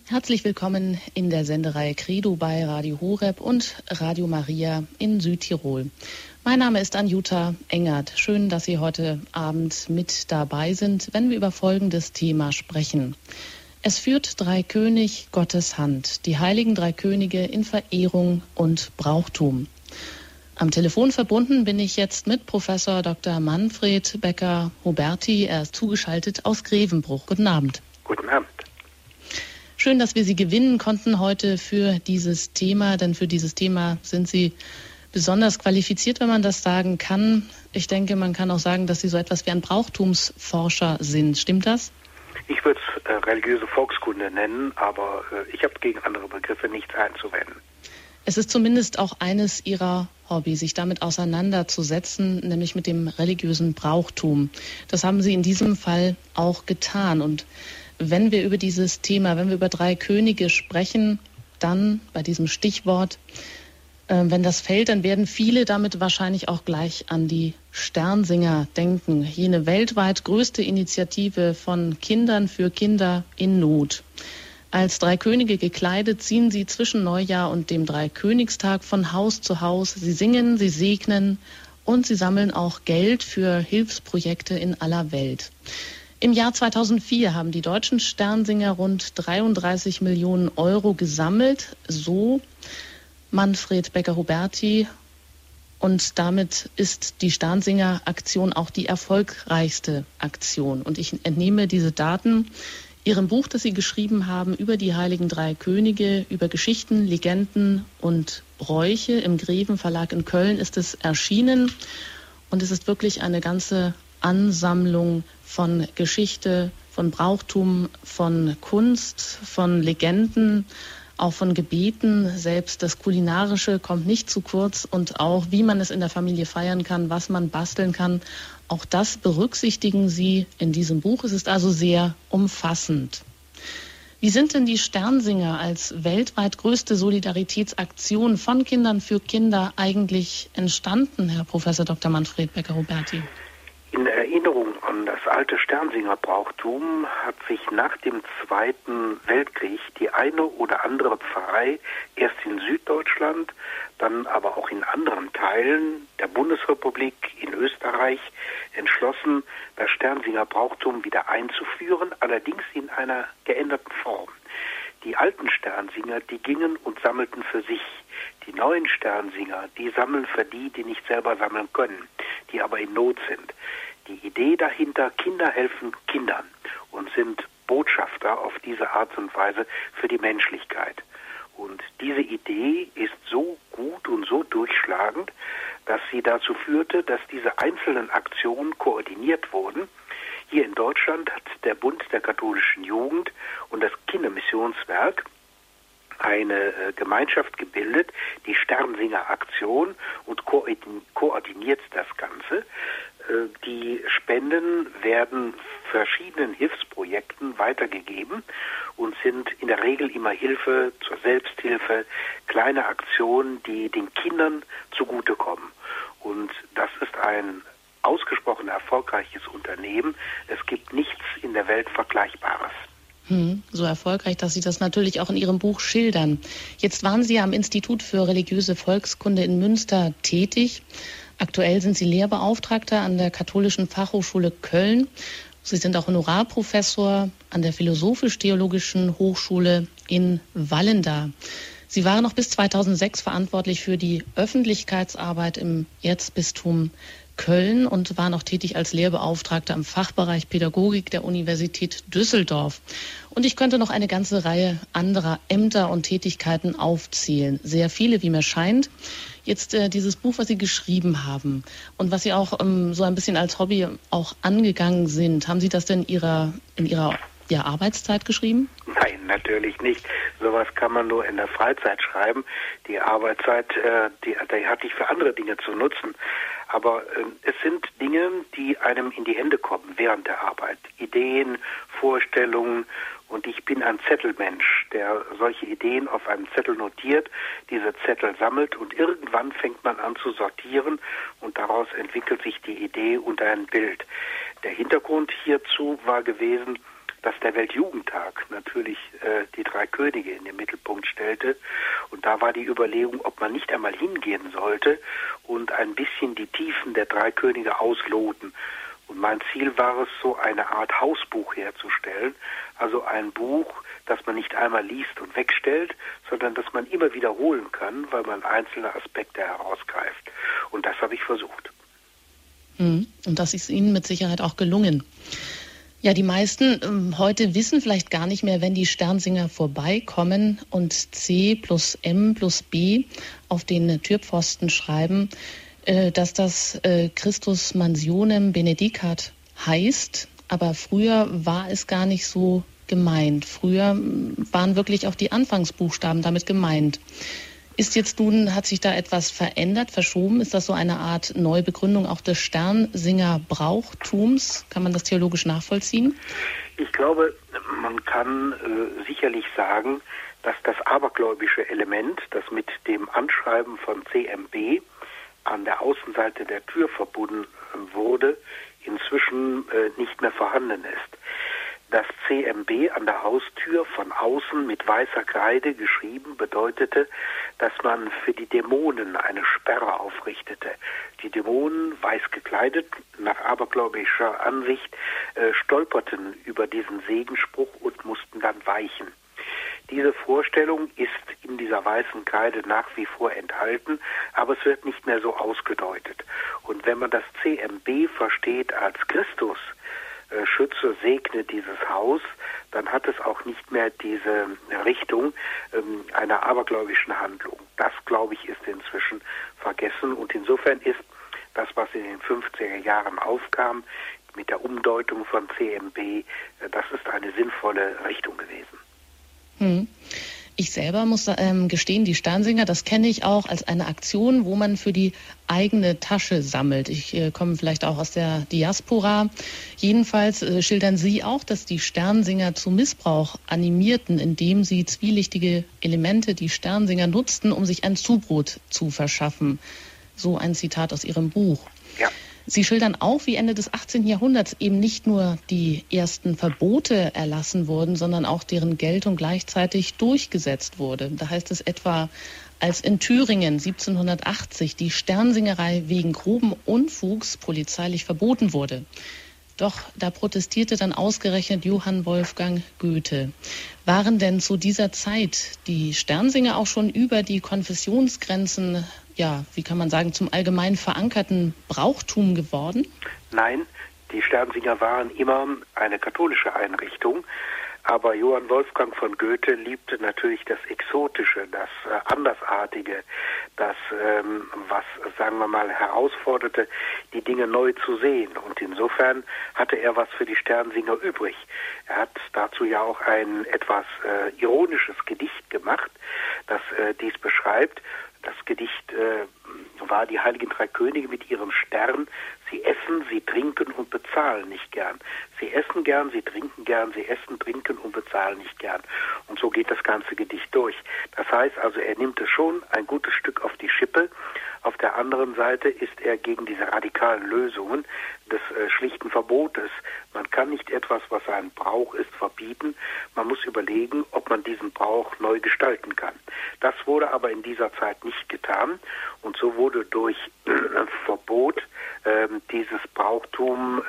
Herzlich willkommen in der Sendereihe Credo bei Radio Horeb und Radio Maria in Südtirol. Mein Name ist Anjuta Engert. Schön, dass Sie heute Abend mit dabei sind, wenn wir über folgendes Thema sprechen. Es führt Dreikönig Gottes Hand, die heiligen drei Könige in Verehrung und Brauchtum. Am Telefon verbunden bin ich jetzt mit Professor Dr. Manfred Becker-Huberti. Er ist zugeschaltet aus Grevenbruch. Guten Abend. Guten Abend. Schön, dass wir Sie gewinnen konnten heute für dieses Thema, denn für dieses Thema sind Sie besonders qualifiziert, wenn man das sagen kann. Ich denke, man kann auch sagen, dass Sie so etwas wie ein Brauchtumsforscher sind. Stimmt das? Ich würde es religiöse Volkskunde nennen, aber ich habe gegen andere Begriffe nichts einzuwenden. Es ist zumindest auch eines Ihrer Hobbys, sich damit auseinanderzusetzen, nämlich mit dem religiösen Brauchtum. Das haben Sie in diesem Fall auch getan. Und wenn wir über dieses Thema, wenn wir über drei Könige sprechen, dann bei diesem Stichwort, wenn das fällt, dann werden viele damit wahrscheinlich auch gleich an die Sternsinger denken. Jene weltweit größte Initiative von Kindern für Kinder in Not. Als drei Könige gekleidet ziehen sie zwischen Neujahr und dem Dreikönigstag von Haus zu Haus. Sie singen, sie segnen und sie sammeln auch Geld für Hilfsprojekte in aller Welt. Im Jahr 2004 haben die deutschen Sternsinger rund 33 Millionen Euro gesammelt, so Manfred Becker-Huberti. Und damit ist die Sternsinger-Aktion auch die erfolgreichste Aktion. Und ich entnehme diese Daten Ihrem Buch, das Sie geschrieben haben über die heiligen drei Könige, über Geschichten, Legenden und Bräuche. Im Greven Verlag in Köln ist es erschienen. Und es ist wirklich eine ganze Ansammlung von Geschichte, von Brauchtum, von Kunst, von Legenden, auch von Gebeten. Selbst das Kulinarische kommt nicht zu kurz und auch, wie man es in der Familie feiern kann, was man basteln kann. Auch das berücksichtigen Sie in diesem Buch. Es ist also sehr umfassend. Wie sind denn die Sternsinger als weltweit größte Solidaritätsaktion von Kindern für Kinder eigentlich entstanden, Herr Professor Dr. Manfred Becker-Huberti? In Erinnerung an das alte Sternsingerbrauchtum hat sich nach dem Zweiten Weltkrieg die eine oder andere Pfarrei erst in Süddeutschland, dann aber auch in anderen Teilen der Bundesrepublik, in Österreich, entschlossen, das Sternsingerbrauchtum wieder einzuführen, allerdings in einer geänderten Form. Die alten Sternsinger, die gingen und sammelten für sich. Die neuen Sternsinger, die sammeln für die, die nicht selber sammeln können, die aber in Not sind. Die Idee dahinter, Kinder helfen Kindern und sind Botschafter auf diese Art und Weise für die Menschlichkeit. Und diese Idee ist so gut und so durchschlagend, dass sie dazu führte, dass diese einzelnen Aktionen koordiniert wurden. Hier in Deutschland hat der Bund der katholischen Jugend und das Kindermissionswerk eine Gemeinschaft gebildet, die Sternsinger Aktion, und koordiniert das Ganze. Die Spenden werden verschiedenen Hilfsprojekten weitergegeben und sind in der Regel immer Hilfe zur Selbsthilfe, kleine Aktionen, die den Kindern zugutekommen. Und das ist ein ausgesprochen erfolgreiches Unternehmen. Es gibt nichts in der Welt Vergleichbares. So erfolgreich, dass Sie das natürlich auch in Ihrem Buch schildern. Jetzt waren Sie ja am Institut für religiöse Volkskunde in Münster tätig. Aktuell sind Sie Lehrbeauftragter an der Katholischen Fachhochschule Köln. Sie sind auch Honorarprofessor an der Philosophisch-Theologischen Hochschule in Wallenda. Sie waren noch bis 2006 verantwortlich für die Öffentlichkeitsarbeit im Erzbistum Köln und waren auch tätig als Lehrbeauftragter im Fachbereich Pädagogik der Universität Düsseldorf. Und ich könnte noch eine ganze Reihe anderer Ämter und Tätigkeiten aufzählen. Sehr viele, wie mir scheint. Jetzt dieses Buch, was Sie geschrieben haben und was Sie auch so ein bisschen als Hobby auch angegangen sind, haben Sie das denn in Ihrer Arbeitszeit geschrieben? Nein, natürlich nicht. Sowas kann man nur in der Freizeit schreiben. Die Arbeitszeit, die hatte ich für andere Dinge zu nutzen. Aber es sind Dinge, die einem in die Hände kommen während der Arbeit. Ideen, Vorstellungen. Und ich bin ein Zettelmensch, der solche Ideen auf einem Zettel notiert, diese Zettel sammelt und irgendwann fängt man an zu sortieren und daraus entwickelt sich die Idee und ein Bild. Der Hintergrund hierzu war gewesen, dass der Weltjugendtag natürlich die drei Könige in den Mittelpunkt stellte. Und da war die Überlegung, ob man nicht einmal hingehen sollte und ein bisschen die Tiefen der drei Könige ausloten. Und mein Ziel war es, so eine Art Hausbuch herzustellen, also ein Buch, das man nicht einmal liest und wegstellt, sondern das man immer wiederholen kann, weil man einzelne Aspekte herausgreift. Und das habe ich versucht. Und das ist Ihnen mit Sicherheit auch gelungen. Ja, die meisten heute wissen vielleicht gar nicht mehr, wenn die Sternsinger vorbeikommen und C plus M plus B auf den Türpfosten schreiben, dass das Christus Mansionem Benedicat heißt. Aber früher war es gar nicht so gemeint. Früher waren wirklich auch die Anfangsbuchstaben damit gemeint. Ist jetzt nun, hat sich da etwas verändert, verschoben? Ist das so eine Art Neubegründung auch des Sternsinger-Brauchtums? Kann man das theologisch nachvollziehen? Ich glaube, man kann sicherlich sagen, dass das abergläubische Element, das mit dem Anschreiben von CMB an der Außenseite der Tür verbunden wurde, inzwischen nicht mehr vorhanden ist. Das CMB an der Haustür von außen mit weißer Kreide geschrieben bedeutete, dass man für die Dämonen eine Sperre aufrichtete. Die Dämonen, weiß gekleidet, nach abergläubischer Ansicht, stolperten über diesen Segenspruch und mussten dann weichen. Diese Vorstellung ist in dieser weißen Kreide nach wie vor enthalten, aber es wird nicht mehr so ausgedeutet. Und wenn man das CMB versteht als Christus, schütze, segne dieses Haus, dann hat es auch nicht mehr diese Richtung einer abergläubischen Handlung. Das, glaube ich, ist inzwischen vergessen. Und insofern ist das, was in den 50er Jahren aufkam, mit der Umdeutung von CMB, das ist eine sinnvolle Richtung gewesen. Ich selber muss gestehen, die Sternsinger, das kenne ich auch als eine Aktion, wo man für die eigene Tasche sammelt. Ich komme vielleicht auch aus der Diaspora. Jedenfalls schildern Sie auch, dass die Sternsinger zu Missbrauch animierten, indem sie zwielichtige Elemente, die Sternsinger nutzten, um sich ein Zubrot zu verschaffen. So ein Zitat aus Ihrem Buch. Ja. Sie schildern auch, wie Ende des 18. Jahrhunderts eben nicht nur die ersten Verbote erlassen wurden, sondern auch deren Geltung gleichzeitig durchgesetzt wurde. Da heißt es etwa, als in Thüringen 1780 die Sternsingerei wegen groben Unfugs polizeilich verboten wurde. Doch da protestierte dann ausgerechnet Johann Wolfgang Goethe. Waren denn zu dieser Zeit die Sternsinger auch schon über die Konfessionsgrenzen, ja, wie kann man sagen, zum allgemein verankerten Brauchtum geworden? Nein, die Sternsinger waren immer eine katholische Einrichtung. Aber Johann Wolfgang von Goethe liebte natürlich das Exotische, das Andersartige, das, was, sagen wir mal, herausforderte, die Dinge neu zu sehen. Und insofern hatte er was für die Sternsinger übrig. Er hat dazu ja auch ein etwas ironisches Gedicht gemacht, das dies beschreibt. Das Gedicht war die heiligen drei Könige mit ihrem Stern. Sie essen, sie trinken und bezahlen nicht gern. Sie essen gern, sie trinken gern, sie essen, trinken und bezahlen nicht gern. Und so geht das ganze Gedicht durch. Das heißt also, er nimmt es schon ein gutes Stück auf die Schippe. Auf der anderen Seite ist er gegen diese radikalen Lösungen des schlichten Verbotes. Man kann nicht etwas, was ein Brauch ist, verbieten. Man muss überlegen, ob man diesen Brauch neu gestalten kann. Das wurde aber in dieser Zeit nicht getan. Und so wurde durch Verbot dieses Brauchtum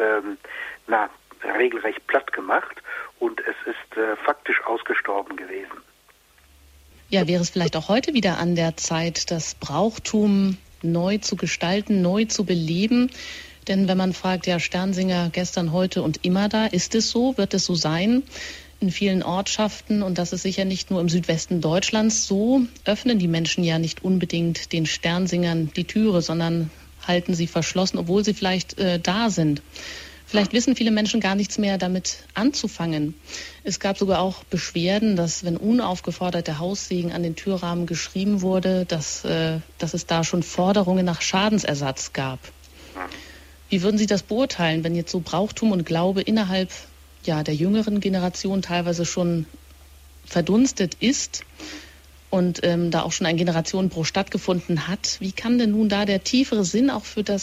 regelrecht platt gemacht. Und es ist faktisch ausgestorben gewesen. Ja, wäre es vielleicht auch heute wieder an der Zeit, das Brauchtum neu zu gestalten, neu zu beleben? Denn wenn man fragt, ja, Sternsinger gestern, heute und immer da, ist es so? Wird es so sein? In vielen Ortschaften, und das ist sicher nicht nur im Südwesten Deutschlands so, öffnen die Menschen ja nicht unbedingt den Sternsingern die Türe, sondern halten sie verschlossen, obwohl sie vielleicht da sind. Vielleicht wissen viele Menschen gar nichts mehr damit anzufangen. Es gab sogar auch Beschwerden, dass, wenn unaufgefordert der Haussegen an den Türrahmen geschrieben wurde, dass es da schon Forderungen nach Schadensersatz gab. Wie würden Sie das beurteilen, wenn jetzt so Brauchtum und Glaube innerhalb der jüngeren Generation teilweise schon verdunstet ist und da auch schon ein Generationenbruch stattgefunden hat? Wie kann denn nun da der tiefere Sinn auch für das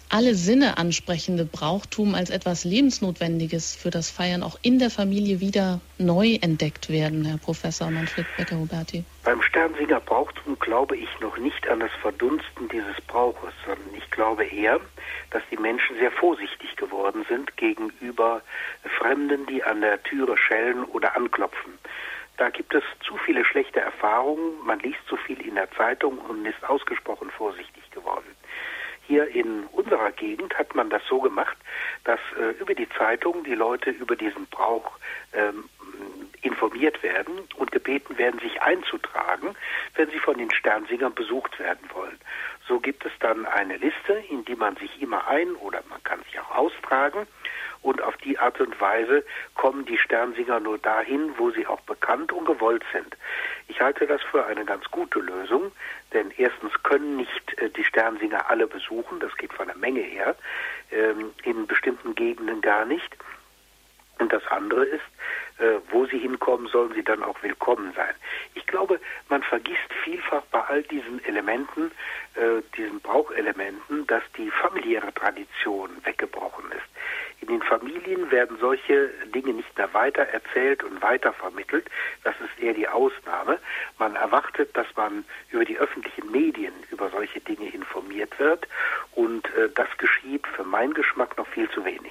alle Sinne ansprechende Brauchtum als etwas Lebensnotwendiges für das Feiern auch in der Familie wieder neu entdeckt werden, Herr Professor Manfred Becker-Huberti? Beim Sternsinger Brauchtum glaube ich noch nicht an das Verdunsten dieses Brauches, sondern ich glaube eher, dass die Menschen sehr vorsichtig geworden sind gegenüber Fremden, die an der Türe schellen oder anklopfen. Da gibt es zu viele schlechte Erfahrungen, man liest zu viel in der Zeitung und ist ausgesprochen vorsichtig geworden. Hier in unserer Gegend hat man das so gemacht, dass über die Zeitung die Leute über diesen Brauch informiert werden und gebeten werden, sich einzutragen, wenn sie von den Sternsingern besucht werden wollen. So gibt es dann eine Liste, in die man sich immer oder man kann sich auch austragen. Und auf die Art und Weise kommen die Sternsinger nur dahin, wo sie auch bekannt und gewollt sind. Ich halte das für eine ganz gute Lösung, denn erstens können nicht die Sternsinger alle besuchen, das geht von der Menge her, in bestimmten Gegenden gar nicht. Und das andere ist, wo sie hinkommen, sollen sie dann auch willkommen sein. Ich glaube, man vergisst vielfach bei all diesen Elementen, diesen Brauchelementen, dass die familiäre Tradition weggebrochen ist. In den Familien werden solche Dinge nicht mehr weiter erzählt und weiter vermittelt. Das ist eher die Ausnahme. Man erwartet, dass man über die öffentlichen Medien über solche Dinge informiert wird. Und das geschieht für meinen Geschmack noch viel zu wenig.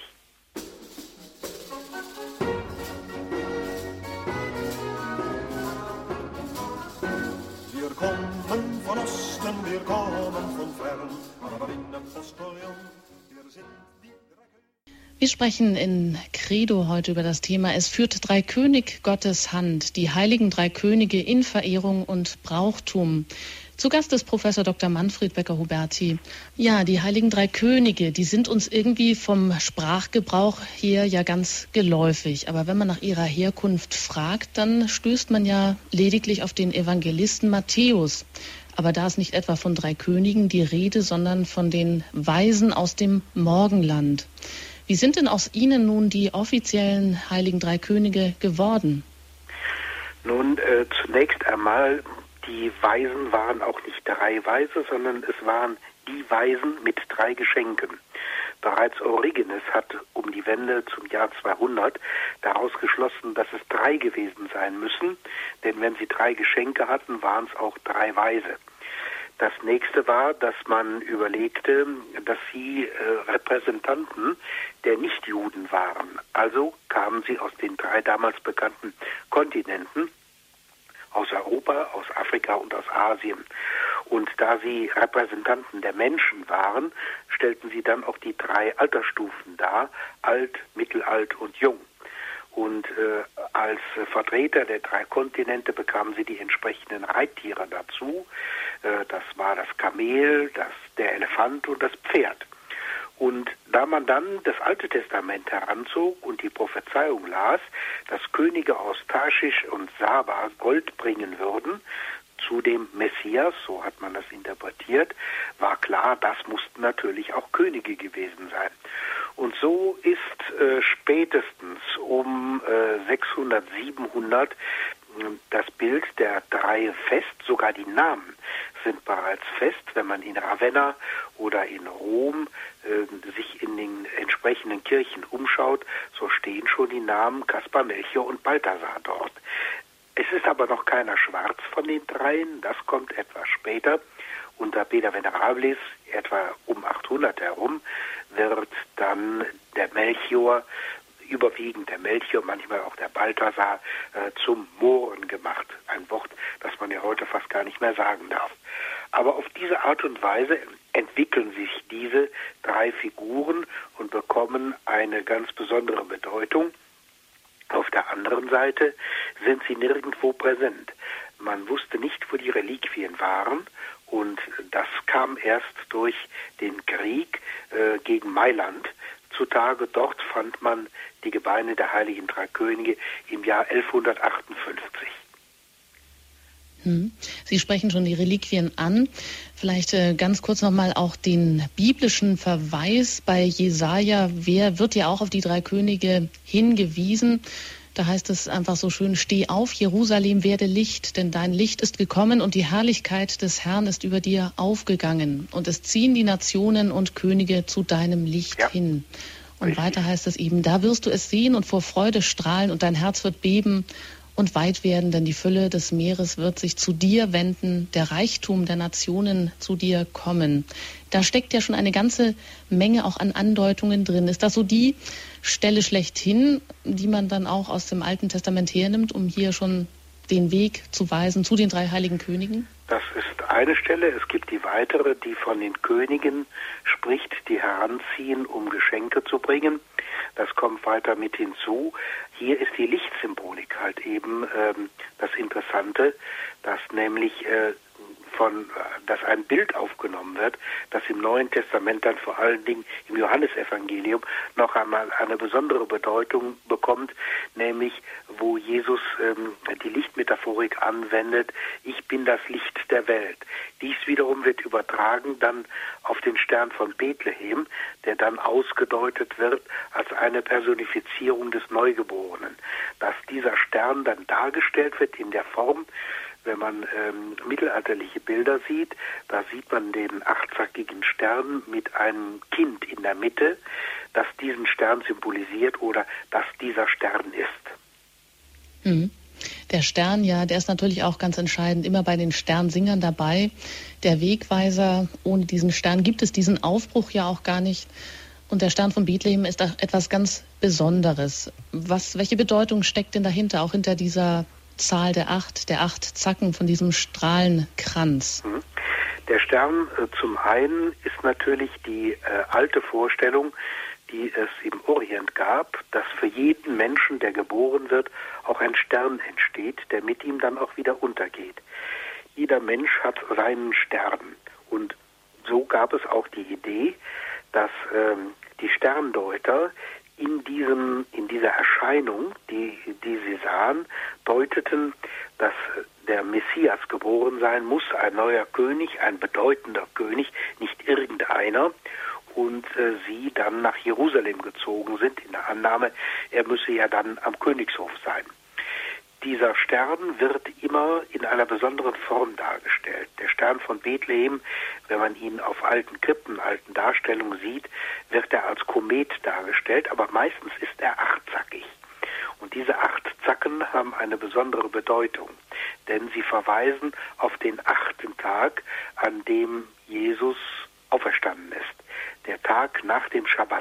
Wir kommen von Osten, wir kommen von fern, aber in dem Postillon, wir sind die Wir sprechen in Credo heute über das Thema Es führt Dreikönig Gottes Hand, die heiligen drei Könige in Verehrung und Brauchtum. Zu Gast ist Professor Dr. Manfred Becker-Huberti. Ja, die heiligen drei Könige, die sind uns irgendwie vom Sprachgebrauch her ja ganz geläufig. Aber wenn man nach ihrer Herkunft fragt, dann stößt man ja lediglich auf den Evangelisten Matthäus. Aber da ist nicht etwa von drei Königen die Rede, sondern von den Weisen aus dem Morgenland. Wie sind denn aus ihnen nun die offiziellen heiligen drei Könige geworden? Nun, zunächst einmal, die Weisen waren auch nicht drei Weise, sondern es waren die Weisen mit drei Geschenken. Bereits Origenes hat um die Wende zum Jahr 200 daraus geschlossen, dass es drei gewesen sein müssen, denn wenn sie drei Geschenke hatten, waren es auch drei Weise. Das nächste war, dass man überlegte, dass sie Repräsentanten der Nichtjuden waren. Also kamen sie aus den drei damals bekannten Kontinenten, aus Europa, aus Afrika und aus Asien. Und da sie Repräsentanten der Menschen waren, stellten sie dann auch die drei Altersstufen dar, alt, mittelalt und jung. Und als Vertreter der drei Kontinente bekamen sie die entsprechenden Reittiere dazu. Das war das Kamel, der Elefant und das Pferd. Und da man dann das Alte Testament heranzog und die Prophezeiung las, dass Könige aus Tarschisch und Saba Gold bringen würden, zu dem Messias, so hat man das interpretiert, war klar, das mussten natürlich auch Könige gewesen sein. Und so ist spätestens um 600, 700 das Bild der drei fest, sogar die Namen sind bereits fest, wenn man in Ravenna oder in Rom sich in den entsprechenden Kirchen umschaut, so stehen schon die Namen Kaspar, Melchior und Balthasar dort. Es ist aber noch keiner schwarz von den dreien, das kommt etwas später. Unter Beda Venerabilis, etwa um 800 herum, wird dann der Melchior, überwiegend der Melchior, manchmal auch der Balthasar, zum Mohren gemacht. Ein Wort, das man ja heute fast gar nicht mehr sagen darf. Aber auf diese Art und Weise entwickeln sich diese drei Figuren und bekommen eine ganz besondere Bedeutung. Auf der anderen Seite sind sie nirgendwo präsent. Man wusste nicht, wo die Reliquien waren, und das kam erst durch den Krieg gegen Mailand zutage. Dort fand man die Gebeine der heiligen drei Könige im Jahr 1158. Sie sprechen schon die Reliquien an. Vielleicht ganz kurz nochmal auch den biblischen Verweis bei Jesaja. Wird ja auch auf die drei Könige hingewiesen. Da heißt es einfach so schön: Steh auf, Jerusalem, werde Licht, denn dein Licht ist gekommen und die Herrlichkeit des Herrn ist über dir aufgegangen. Und es ziehen die Nationen und Könige zu deinem Licht hin. Und weiter heißt es eben: Da wirst du es sehen und vor Freude strahlen und dein Herz wird beben und weit werden, denn die Fülle des Meeres wird sich zu dir wenden, der Reichtum der Nationen zu dir kommen. Da steckt ja schon eine ganze Menge auch an Andeutungen drin. Ist das so die Stelle schlechthin, die man dann auch aus dem Alten Testament hernimmt, um hier schon den Weg zu weisen zu den 3 heiligen Königen? Das ist eine Stelle. Es gibt die weitere, die von den Königen spricht, die heranziehen, um Geschenke zu bringen. Das kommt weiter mit hinzu. Hier ist die Lichtsymbolik halt eben das Interessante, dass nämlich dass ein Bild aufgenommen wird, das im Neuen Testament dann vor allen Dingen im Johannesevangelium noch einmal eine besondere Bedeutung bekommt, nämlich wo Jesus die Lichtmetaphorik anwendet: Ich bin das Licht der Welt. Dies wiederum wird übertragen dann auf den Stern von Bethlehem, der dann ausgedeutet wird als eine Personifizierung des Neugeborenen. Dass dieser Stern dann dargestellt wird in der Form, wenn man mittelalterliche Bilder sieht, da sieht man den 8-zackigen Stern mit einem Kind in der Mitte, das diesen Stern symbolisiert oder das dieser Stern ist. Der Stern, ja, der ist natürlich auch ganz entscheidend, immer bei den Sternsingern dabei. Der Wegweiser, ohne diesen Stern gibt es diesen Aufbruch ja auch gar nicht. Und der Stern von Bethlehem ist auch etwas ganz Besonderes. Welche Bedeutung steckt denn dahinter, auch hinter dieser Zahl der 8 Zacken von diesem Strahlenkranz? Der Stern zum einen ist natürlich die alte Vorstellung, die es im Orient gab, dass für jeden Menschen, der geboren wird, auch ein Stern entsteht, der mit ihm dann auch wieder untergeht. Jeder Mensch hat seinen Stern. Und so gab es auch die Idee, dass die Sterndeuter in dieser Erscheinung, die sie sahen, deuteten, dass der Messias geboren sein muss, ein neuer König, ein bedeutender König, nicht irgendeiner, und sie dann nach Jerusalem gezogen sind, in der Annahme, er müsse ja dann am Königshof sein. Dieser Stern wird immer in einer besonderen Form dargestellt. Der Stern von Bethlehem, wenn man ihn auf alten Krippen, alten Darstellungen sieht, wird er als Komet dargestellt, aber meistens ist er 8-zackig. Und diese 8 Zacken haben eine besondere Bedeutung, denn sie verweisen auf den 8. Tag, an dem Jesus auferstanden ist, der Tag nach dem Schabbat.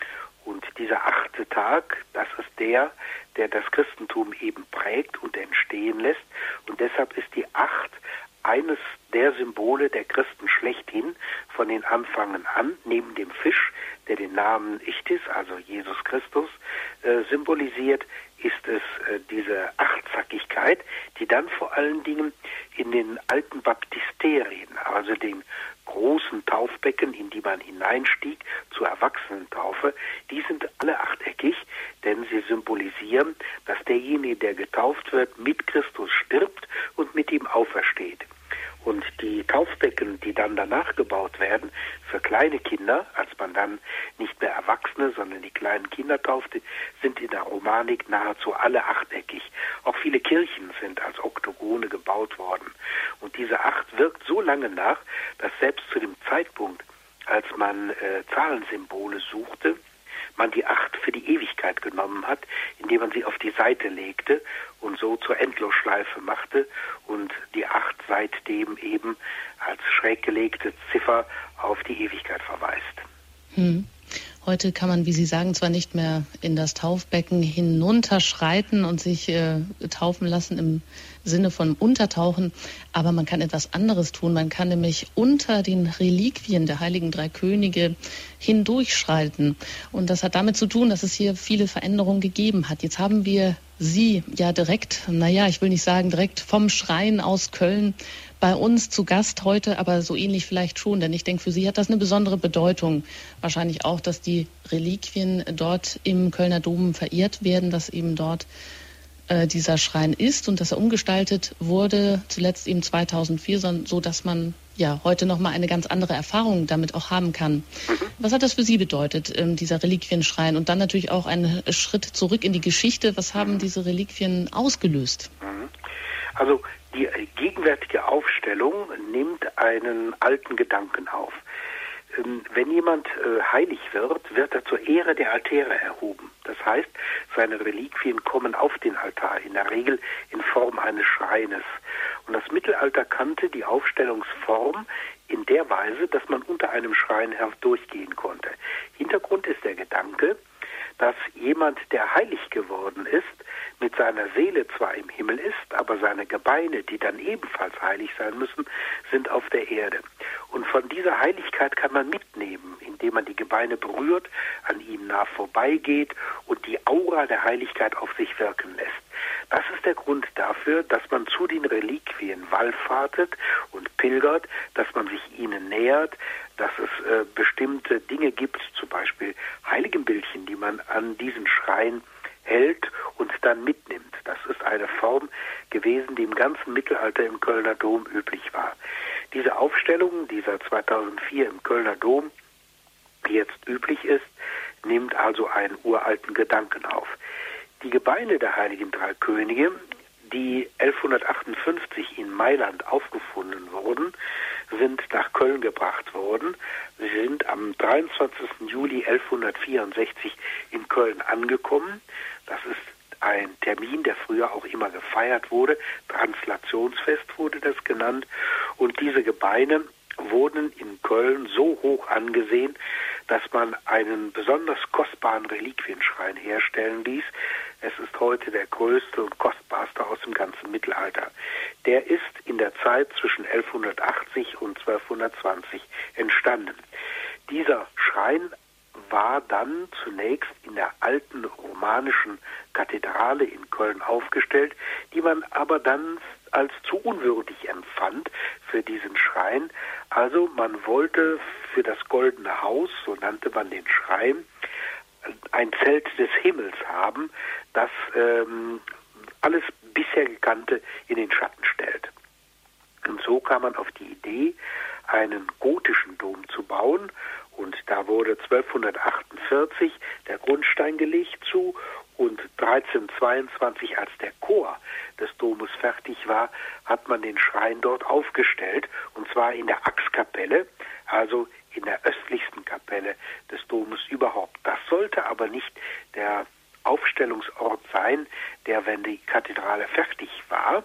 Und dieser 8. Tag, das ist der das Christentum eben prägt und entstehen lässt. Und deshalb ist die 8 eines der Symbole der Christen schlechthin von den Anfängen an, neben dem Fisch, der den Namen Ichthys, also Jesus Christus, symbolisiert, ist es diese 8-Zackigkeit, die dann vor allen Dingen in den alten Baptisterien, also den großen Taufbecken, in die man hineinstieg zur Erwachsenentaufe, die sind alle achteckig, denn sie symbolisieren, dass derjenige, der getauft wird, mit Christus stirbt und mit ihm aufersteht. Und die Taufbecken, die dann danach gebaut werden, für kleine Kinder, als man dann nicht mehr Erwachsene, sondern die kleinen Kinder taufte, sind in der Romanik nahezu alle achteckig. Auch viele Kirchen sind als Oktogone gebaut worden. Und diese 8 wirkt so lange nach, dass selbst zu dem Zeitpunkt, als man Zahlensymbole suchte, man die 8 für die Ewigkeit genommen hat, indem man sie auf die Seite legte und so zur Endlosschleife machte und die 8 seitdem eben als schräg gelegte Ziffer auf die Ewigkeit verweist. Heute kann man, wie Sie sagen, zwar nicht mehr in das Taufbecken hinunterschreiten und sich taufen lassen im Sinne von untertauchen, aber man kann etwas anderes tun. Man kann nämlich unter den Reliquien der heiligen 3 Könige hindurchschreiten. Und das hat damit zu tun, dass es hier viele Veränderungen gegeben hat. Jetzt haben wir Sie ja direkt, ich will nicht sagen direkt vom Schrein aus Köln bei uns zu Gast heute, aber so ähnlich vielleicht schon, denn ich denke, für Sie hat das eine besondere Bedeutung. Wahrscheinlich auch, dass die Reliquien dort im Kölner Dom verehrt werden, dass eben dort dieser Schrein ist und dass er umgestaltet wurde, zuletzt eben 2004, so dass man ja heute nochmal eine ganz andere Erfahrung damit auch haben kann. Was hat das für Sie bedeutet, dieser Reliquienschrein? Und dann natürlich auch ein Schritt zurück in die Geschichte. Was haben diese Reliquien ausgelöst? Also die gegenwärtige Aufstellung nimmt einen alten Gedanken auf. Wenn jemand heilig wird er zur Ehre der Altäre erhoben. Das heißt, seine Reliquien kommen auf den Altar, in der Regel in Form eines Schreines. Und das Mittelalter kannte die Aufstellungsform in der Weise, dass man unter einem Schrein herdurchgehen konnte. Hintergrund ist der Gedanke, dass jemand, der heilig geworden ist, mit seiner Seele zwar im Himmel ist, aber seine Gebeine, die dann ebenfalls heilig sein müssen, sind auf der Erde. Und von dieser Heiligkeit kann man mitnehmen, indem man die Gebeine berührt, an ihnen nah vorbeigeht und die Aura der Heiligkeit auf sich wirken lässt. Das ist der Grund dafür, dass man zu den Reliquien wallfahrtet und pilgert, dass man sich ihnen nähert, dass es bestimmte Dinge gibt, zum Beispiel Heiligenbildchen, die man an diesen Schrein hält und dann mitnimmt. Das ist eine Form gewesen, die im ganzen Mittelalter im Kölner Dom üblich war. Diese Aufstellung, die seit 2004 im Kölner Dom jetzt üblich ist, nimmt also einen uralten Gedanken auf. Die Gebeine der Heiligen Drei Könige, die 1158 in Mailand aufgefunden wurden, sind nach Köln gebracht worden. Sie sind am 23. Juli 1164 in Köln angekommen. Das ist ein Termin, der früher auch immer gefeiert wurde. Translationsfest wurde das genannt. Und diese Gebeine wurden in Köln so hoch angesehen, dass man einen besonders kostbaren Reliquienschrein herstellen ließ. Es ist heute der größte und kostbarste aus dem ganzen Mittelalter. Der ist in der Zeit zwischen 1180 und 1220 entstanden. Dieser Schrein war dann zunächst in der alten romanischen Kathedrale in Köln aufgestellt, die man aber dann als zu unwürdig empfand für diesen Schrein. Also man wollte für das Goldene Haus, so nannte man den Schrein, ein Zelt des Himmels haben, das alles bisher Gekannte in den Schatten stellt. Und so kam man auf die Idee, einen gotischen Dom zu bauen. Und da wurde 1248 der Grundstein gelegt zu und 1322, als der Chor des Domes fertig war, hat man den Schrein dort aufgestellt, und zwar in der Achskapelle, also in der östlichsten Kapelle des Domes überhaupt. Das sollte aber nicht der Aufstellungsort sein, der, wenn die Kathedrale fertig war,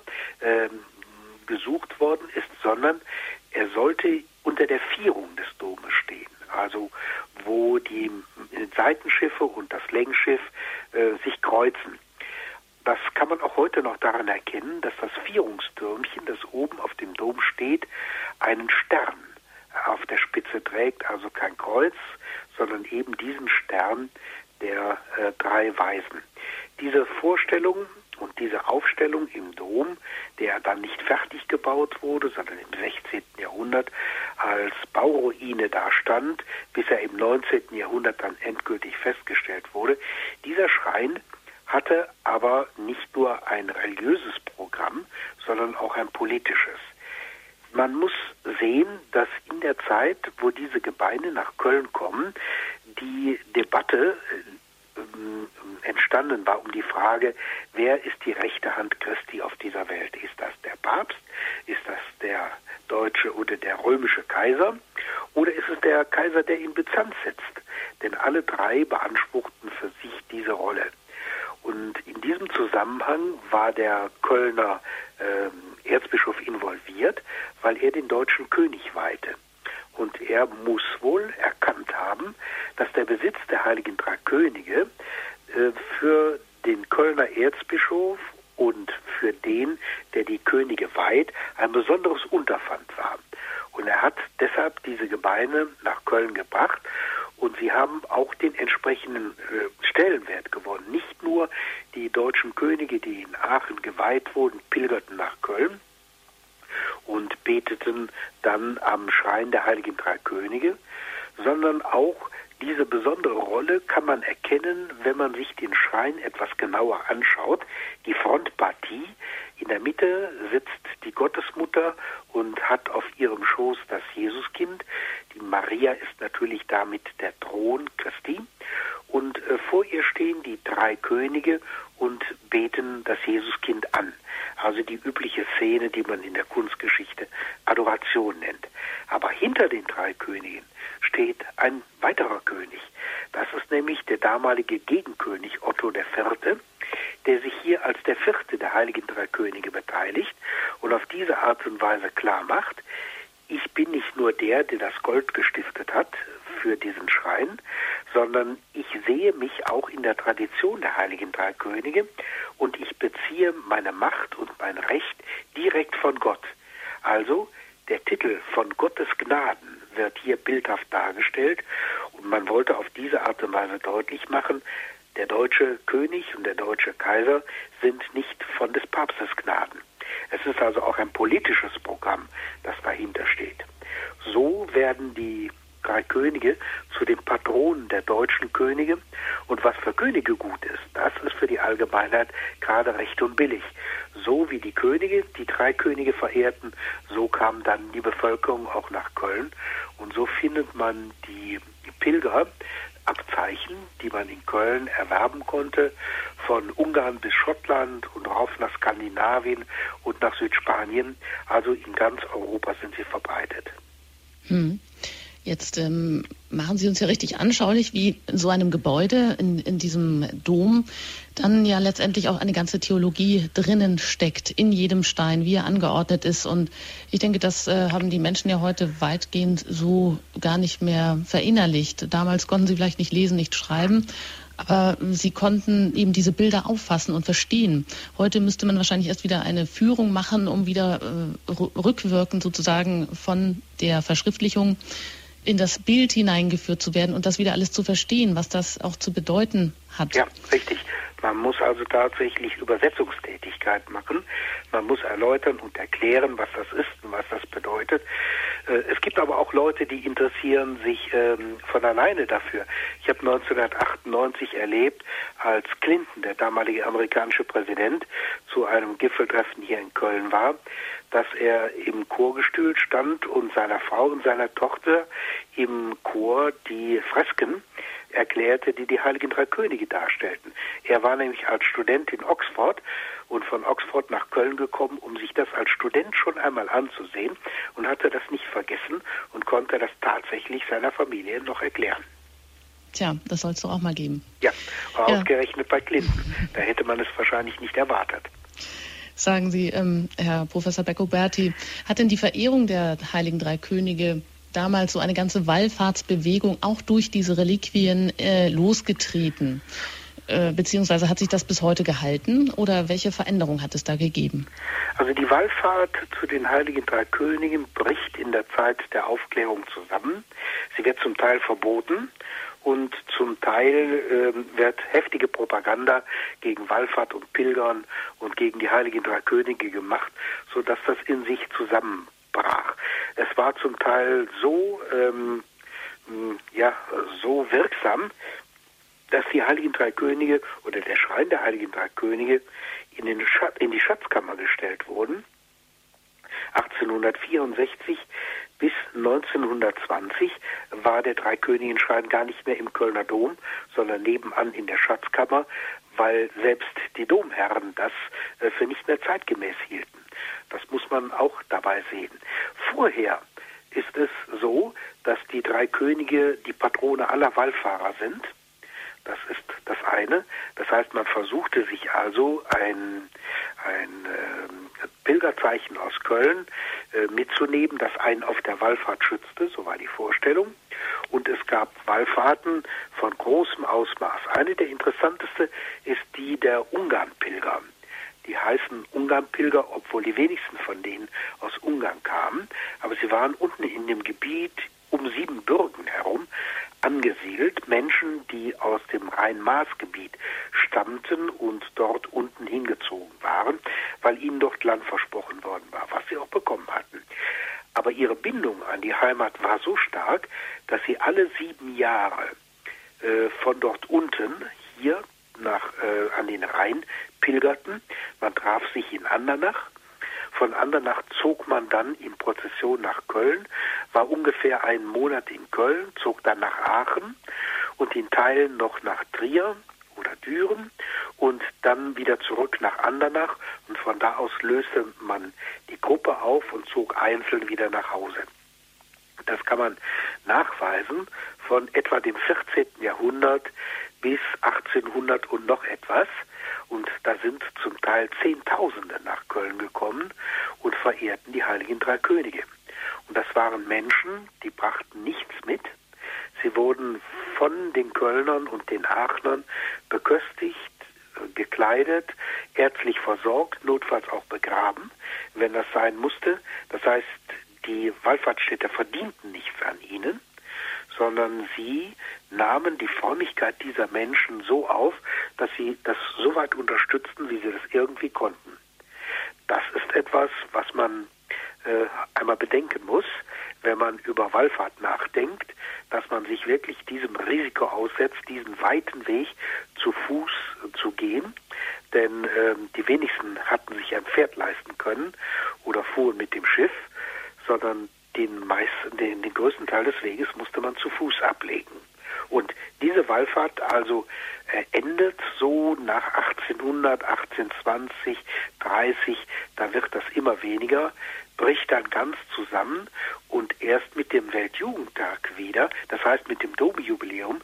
gesucht worden ist, sondern er sollte unter der Vierung des Domes stehen. Also wo die Seitenschiffe und das Längsschiff sich kreuzen. Das kann man auch heute noch daran erkennen, dass das Vierungstürmchen, das oben auf dem Dom steht, einen Stern auf der Spitze trägt, also kein Kreuz, sondern eben diesen Stern der drei Weisen. Diese Vorstellung und diese Aufstellung im Dom, der dann nicht fertig gebaut wurde, sondern im 16. Jahrhundert als Bauruine dastand, bis er im 19. Jahrhundert dann endgültig festgestellt wurde. Dieser Schrein hatte aber nicht nur ein religiöses Programm, sondern auch ein politisches. Man muss sehen, dass in der Zeit, wo diese Gebeine nach Köln kommen, die Debatte entstanden war um die Frage, wer ist die rechte Hand Christi auf dieser Welt? Ist das der Papst? Ist das der deutsche oder der römische Kaiser? Oder ist es der Kaiser, der in Byzanz sitzt? Denn alle drei beanspruchten für sich diese Rolle. Und in diesem Zusammenhang war der Kölner Erzbischof involviert, weil er den deutschen König weihte. Und er muss wohl erkannt haben, dass der Besitz der Heiligen Drei Könige für den Kölner Erzbischof und für den, der die Könige weiht, ein besonderes Unterpfand war. Und er hat deshalb diese Gebeine nach Köln gebracht und sie haben auch den entsprechenden Stellenwert gewonnen. Nicht nur die deutschen Könige, die in Aachen geweiht wurden, pilgerten nach Köln und beteten dann am Schrein der Heiligen Drei Könige, sondern auch Diese besondere Rolle kann man erkennen, wenn man sich den Schrein etwas genauer anschaut. Die Frontpartie, in der Mitte sitzt die Gottesmutter und hat auf ihrem Schoß das Jesuskind. Die Maria ist natürlich damit der Thron Christi. Und vor ihr stehen die 3 Könige und beten das Jesuskind an. Also die übliche Szene, die man in der Kunstgeschichte Adoration nennt. Aber hinter den 3 Königen steht ein weiterer König. Das ist nämlich der damalige Gegenkönig Otto IV., der sich hier als der 4. der heiligen 3 Könige beteiligt und auf diese Art und Weise klar macht, ich bin nicht nur der das Gold gestiftet hat für diesen Schrein, sondern ich sehe mich auch in der Tradition der heiligen 3 Könige und ich beziehe meine Macht und mein Recht direkt von Gott. Also der Titel von Gottes Gnaden wird hier bildhaft dargestellt und man wollte auf diese Art und Weise deutlich machen, der deutsche König und der deutsche Kaiser sind nicht von des Papstes Gnaden. Es ist also auch ein politisches Programm, das dahinter steht. So werden die 3 Könige zu den Patronen der deutschen Könige. Und was für Könige gut ist, das ist für die Allgemeinheit gerade recht und billig. So wie die Könige die 3 Könige verehrten, so kam dann die Bevölkerung auch nach Köln. Und so findet man die Pilgerabzeichen, die man in Köln erwerben konnte, von Ungarn bis Schottland und rauf nach Skandinavien und nach Südspanien. Also in ganz Europa sind sie verbreitet. Jetzt machen Sie uns ja richtig anschaulich, wie in so einem Gebäude, in diesem Dom, dann ja letztendlich auch eine ganze Theologie drinnen steckt, in jedem Stein, wie er angeordnet ist. Und ich denke, das haben die Menschen ja heute weitgehend so gar nicht mehr verinnerlicht. Damals konnten sie vielleicht nicht lesen, nicht schreiben, aber sie konnten eben diese Bilder auffassen und verstehen. Heute müsste man wahrscheinlich erst wieder eine Führung machen, um wieder rückwirkend sozusagen von der Verschriftlichung in das Bild hineingeführt zu werden und das wieder alles zu verstehen, was das auch zu bedeuten hat. Ja, richtig. Man muss also tatsächlich Übersetzungstätigkeit machen. Man muss erläutern und erklären, was das ist und was das bedeutet. Es gibt aber auch Leute, die interessieren sich von alleine dafür. Ich habe 1998 erlebt, als Clinton, der damalige amerikanische Präsident, zu einem Gipfeltreffen hier in Köln war, dass er im Chorgestühl stand und seiner Frau und seiner Tochter im Chor die Fresken erklärte, die die heiligen 3 Könige darstellten. Er war nämlich als Student in Oxford und von Oxford nach Köln gekommen, um sich das als Student schon einmal anzusehen und hatte das nicht vergessen und konnte das tatsächlich seiner Familie noch erklären. Tja, das soll es doch auch mal geben. Ja, ausgerechnet bei Clinton. Da hätte man es wahrscheinlich nicht erwartet. Sagen Sie, Herr Professor Becco-Berti, hat denn die Verehrung der heiligen 3 Könige damals so eine ganze Wallfahrtsbewegung auch durch diese Reliquien losgetreten? Beziehungsweise hat sich das bis heute gehalten oder welche Veränderung hat es da gegeben? Also die Wallfahrt zu den heiligen 3 Königen bricht in der Zeit der Aufklärung zusammen. Sie wird zum Teil verboten und zum Teil wird heftige Propaganda gegen Wallfahrt und Pilgern und gegen die heiligen 3 Könige gemacht, sodass das in sich zusammenbrach. Es war zum Teil so so wirksam, dass die heiligen 3 Könige oder der Schrein der heiligen 3 Könige in die Schatzkammer gestellt wurden. 1864 bis 1920 war der Dreikönigenschrein gar nicht mehr im Kölner Dom, sondern nebenan in der Schatzkammer, weil selbst die Domherren das für nicht mehr zeitgemäß hielten. Das muss man auch dabei sehen. Vorher ist es so, dass die 3 Könige die Patrone aller Wallfahrer sind. Das ist das eine. Das heißt, man versuchte sich also ein Pilgerzeichen aus Köln mitzunehmen, das einen auf der Wallfahrt schützte, so war die Vorstellung. Und es gab Wallfahrten von großem Ausmaß. Eine der interessanteste ist die der Ungarnpilger. Die heißen Ungarnpilger, obwohl die wenigsten von denen aus Ungarn kamen. Aber sie waren unten in dem Gebiet um Siebenbürgen herum angesiedelt. Menschen, die aus dem Rhein-Maas-Gebiet stammten und dort unten hingezogen waren, weil ihnen dort Land versprochen worden war, was sie auch bekommen hatten. Aber ihre Bindung an die Heimat war so stark, dass sie alle 7 Jahre von dort unten hier an den Rhein pilgerten. Man traf sich in Andernach. Von Andernach zog man dann in Prozession nach Köln, war ungefähr einen Monat in Köln, zog dann nach Aachen und in Teilen noch nach Trier oder Düren und dann wieder zurück nach Andernach, und von da aus löste man die Gruppe auf und zog einzeln wieder nach Hause. Das kann man nachweisen von etwa dem 14. Jahrhundert bis 1800 und noch etwas. Und da sind zum Teil Zehntausende nach Köln gekommen und verehrten die heiligen drei Könige. Und das waren Menschen, die brachten nichts mit. Sie wurden von den Kölnern und den Aachnern beköstigt, gekleidet, ärztlich versorgt, notfalls auch begraben, wenn das sein musste. Das heißt, die Wallfahrtsstädter verdienten nichts an ihnen, sondern sie nahmen die Frömmigkeit dieser Menschen so auf, dass sie das so weit unterstützten, wie sie das irgendwie konnten. Das ist etwas, was man einmal bedenken muss, wenn man über Wallfahrt nachdenkt, dass man sich wirklich diesem Risiko aussetzt, diesen weiten Weg zu Fuß zu gehen. Denn die wenigsten hatten sich ein Pferd leisten können oder fuhren mit dem Schiff, sondern den größten Teil des Weges musste man zu Fuß ablegen. Und diese Wallfahrt also endet so nach 1800, 1820, 30, da wird das immer weniger, bricht dann ganz zusammen und erst mit dem Weltjugendtag wieder, das heißt mit dem Domjubiläum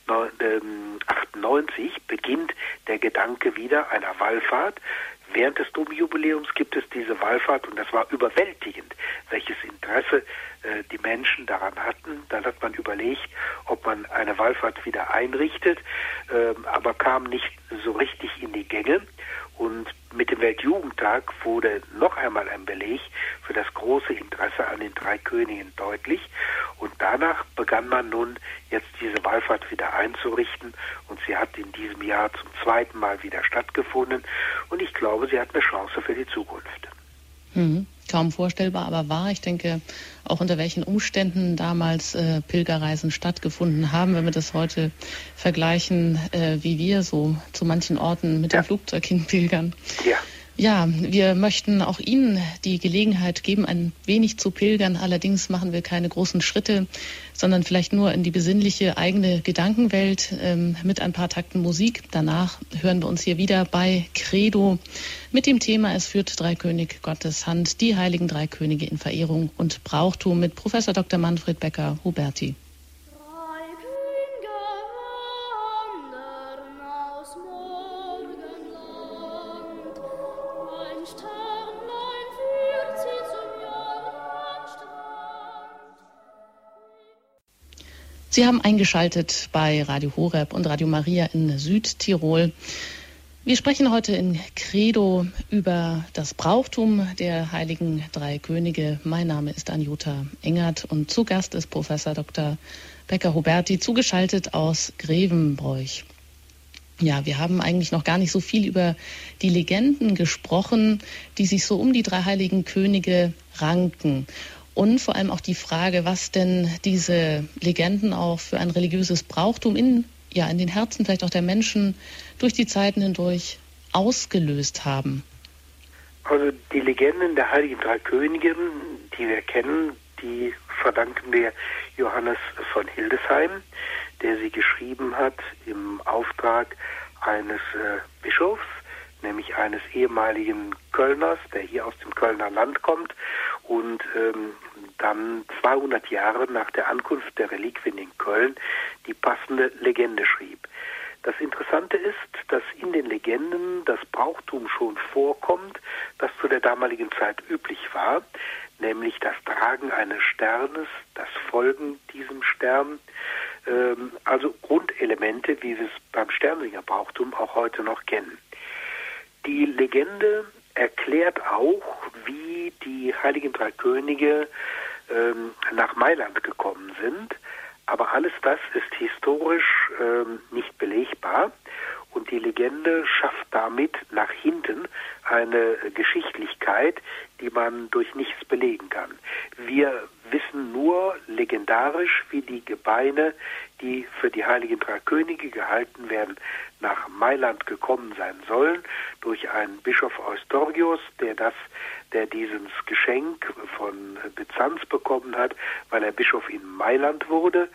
98, beginnt der Gedanke wieder einer Wallfahrt. Während des Domjubiläums gibt es diese Wallfahrt und das war überwältigend, welches Interesse die Menschen daran hatten. Dann hat man überlegt, ob man eine Wallfahrt wieder einrichtet, aber kam nicht so richtig in die Gänge. Und mit dem Weltjugendtag wurde noch einmal ein Beleg für das große Interesse an den drei Königen deutlich. Und danach begann man nun jetzt diese Wallfahrt wieder einzurichten. Und sie hat in diesem Jahr zum zweiten Mal wieder stattgefunden. Und ich glaube, sie hat eine Chance für die Zukunft. Kaum vorstellbar, aber wahr. Ich denke, auch unter welchen Umständen damals Pilgerreisen stattgefunden haben, wenn wir das heute vergleichen, wie wir so zu manchen Orten mit dem Flugzeug hinpilgern. Ja. Ja, wir möchten auch Ihnen die Gelegenheit geben, ein wenig zu pilgern. Allerdings machen wir keine großen Schritte, sondern vielleicht nur in die besinnliche eigene Gedankenwelt mit ein paar Takten Musik. Danach hören wir uns hier wieder bei Credo mit dem Thema Es führt Dreikönig Gottes Hand, die heiligen drei Könige in Verehrung und Brauchtum mit Professor Dr. Manfred Becker-Huberti. Sie haben eingeschaltet bei Radio Horeb und Radio Maria in Südtirol. Wir sprechen heute in Credo über das Brauchtum der heiligen drei Könige. Mein Name ist Anjuta Engert und zu Gast ist Professor Dr. Becker-Huberti, zugeschaltet aus Grevenbroich. Ja, wir haben eigentlich noch gar nicht so viel über die Legenden gesprochen, die sich so um die drei heiligen Könige ranken. Und vor allem auch die Frage, was denn diese Legenden auch für ein religiöses Brauchtum in den Herzen vielleicht auch der Menschen durch die Zeiten hindurch ausgelöst haben. Also die Legenden der heiligen drei Könige, die wir kennen, die verdanken wir Johannes von Hildesheim, der sie geschrieben hat im Auftrag eines Bischofs, nämlich eines ehemaligen Kölners, der hier aus dem Kölner Land kommt und dann 200 Jahre nach der Ankunft der Reliquien in Köln die passende Legende schrieb. Das Interessante ist, dass in den Legenden das Brauchtum schon vorkommt, das zu der damaligen Zeit üblich war, nämlich das Tragen eines Sternes, das Folgen diesem Stern, also Grundelemente, wie wir es beim Sternsingerbrauchtum auch heute noch kennen. Die Legende erklärt auch, wie die heiligen drei Könige nach Mailand gekommen sind, aber alles das ist historisch nicht belegbar und die Legende schafft damit nach hinten eine Geschichtlichkeit, die man durch nichts belegen kann. Wir wissen nur legendarisch, wie die Gebeine, die für die heiligen drei Könige gehalten werden, nach Mailand gekommen sein sollen, durch einen Bischof Eustorgius, der dieses Geschenk von Byzanz bekommen hat, weil er Bischof in Mailand wurde.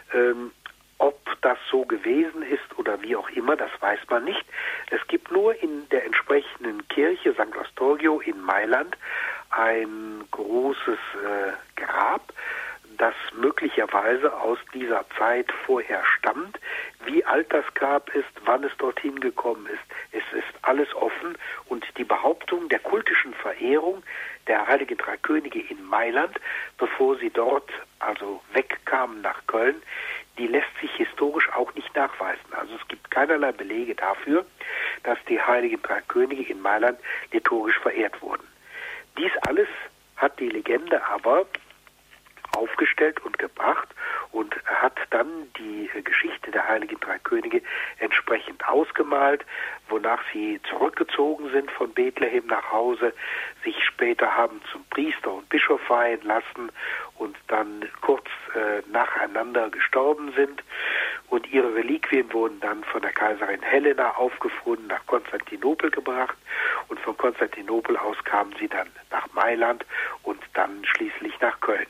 Ob das so gewesen ist oder wie auch immer, das weiß man nicht. Es gibt nur in der entsprechenden Kirche St. Eustorgio in Mailand ein großes Grab, das möglicherweise aus dieser Zeit vorher stammt. Wie alt das Grab ist, wann es dorthin gekommen ist, es ist alles offen. Und die Behauptung der kultischen Verehrung der heiligen drei Könige in Mailand, bevor sie dort also wegkamen nach Köln, die lässt sich historisch auch nicht nachweisen. Also es gibt keinerlei Belege dafür, dass die heiligen drei Könige in Mailand liturgisch verehrt wurden. Dies alles hat die Legende aber aufgestellt und gebracht und hat dann die Geschichte der heiligen drei Könige entsprechend ausgemalt, wonach sie zurückgezogen sind von Bethlehem nach Hause, sich später haben zum Priester und Bischof weihen lassen und dann kurz nacheinander gestorben sind. Und ihre Reliquien wurden dann von der Kaiserin Helena aufgefunden, nach Konstantinopel gebracht. Und von Konstantinopel aus kamen sie dann nach Mailand und dann schließlich nach Köln.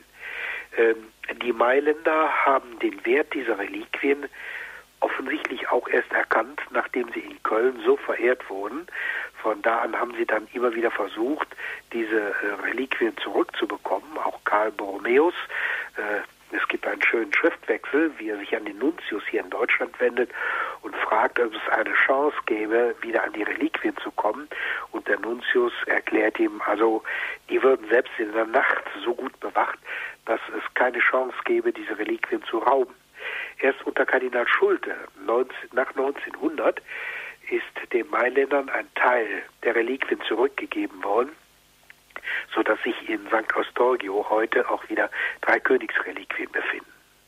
Die Mailänder haben den Wert dieser Reliquien offensichtlich auch erst erkannt, nachdem sie in Köln so verehrt wurden. Von da an haben sie dann immer wieder versucht, diese Reliquien zurückzubekommen. Auch Karl Borromäus, es gibt einen schönen Schriftwechsel, wie er sich an den Nuntius hier in Deutschland wendet und fragt, ob es eine Chance gäbe, wieder an die Reliquien zu kommen. Und der Nuntius erklärt ihm, also die würden selbst in der Nacht so gut bewacht, dass es keine Chance gäbe, diese Reliquien zu rauben. Erst unter Kardinal Schulte, nach 1900, ist den Mailändern ein Teil der Reliquien zurückgegeben worden, sodass sich in St. Eustorgio heute auch wieder drei Königsreliquien befinden.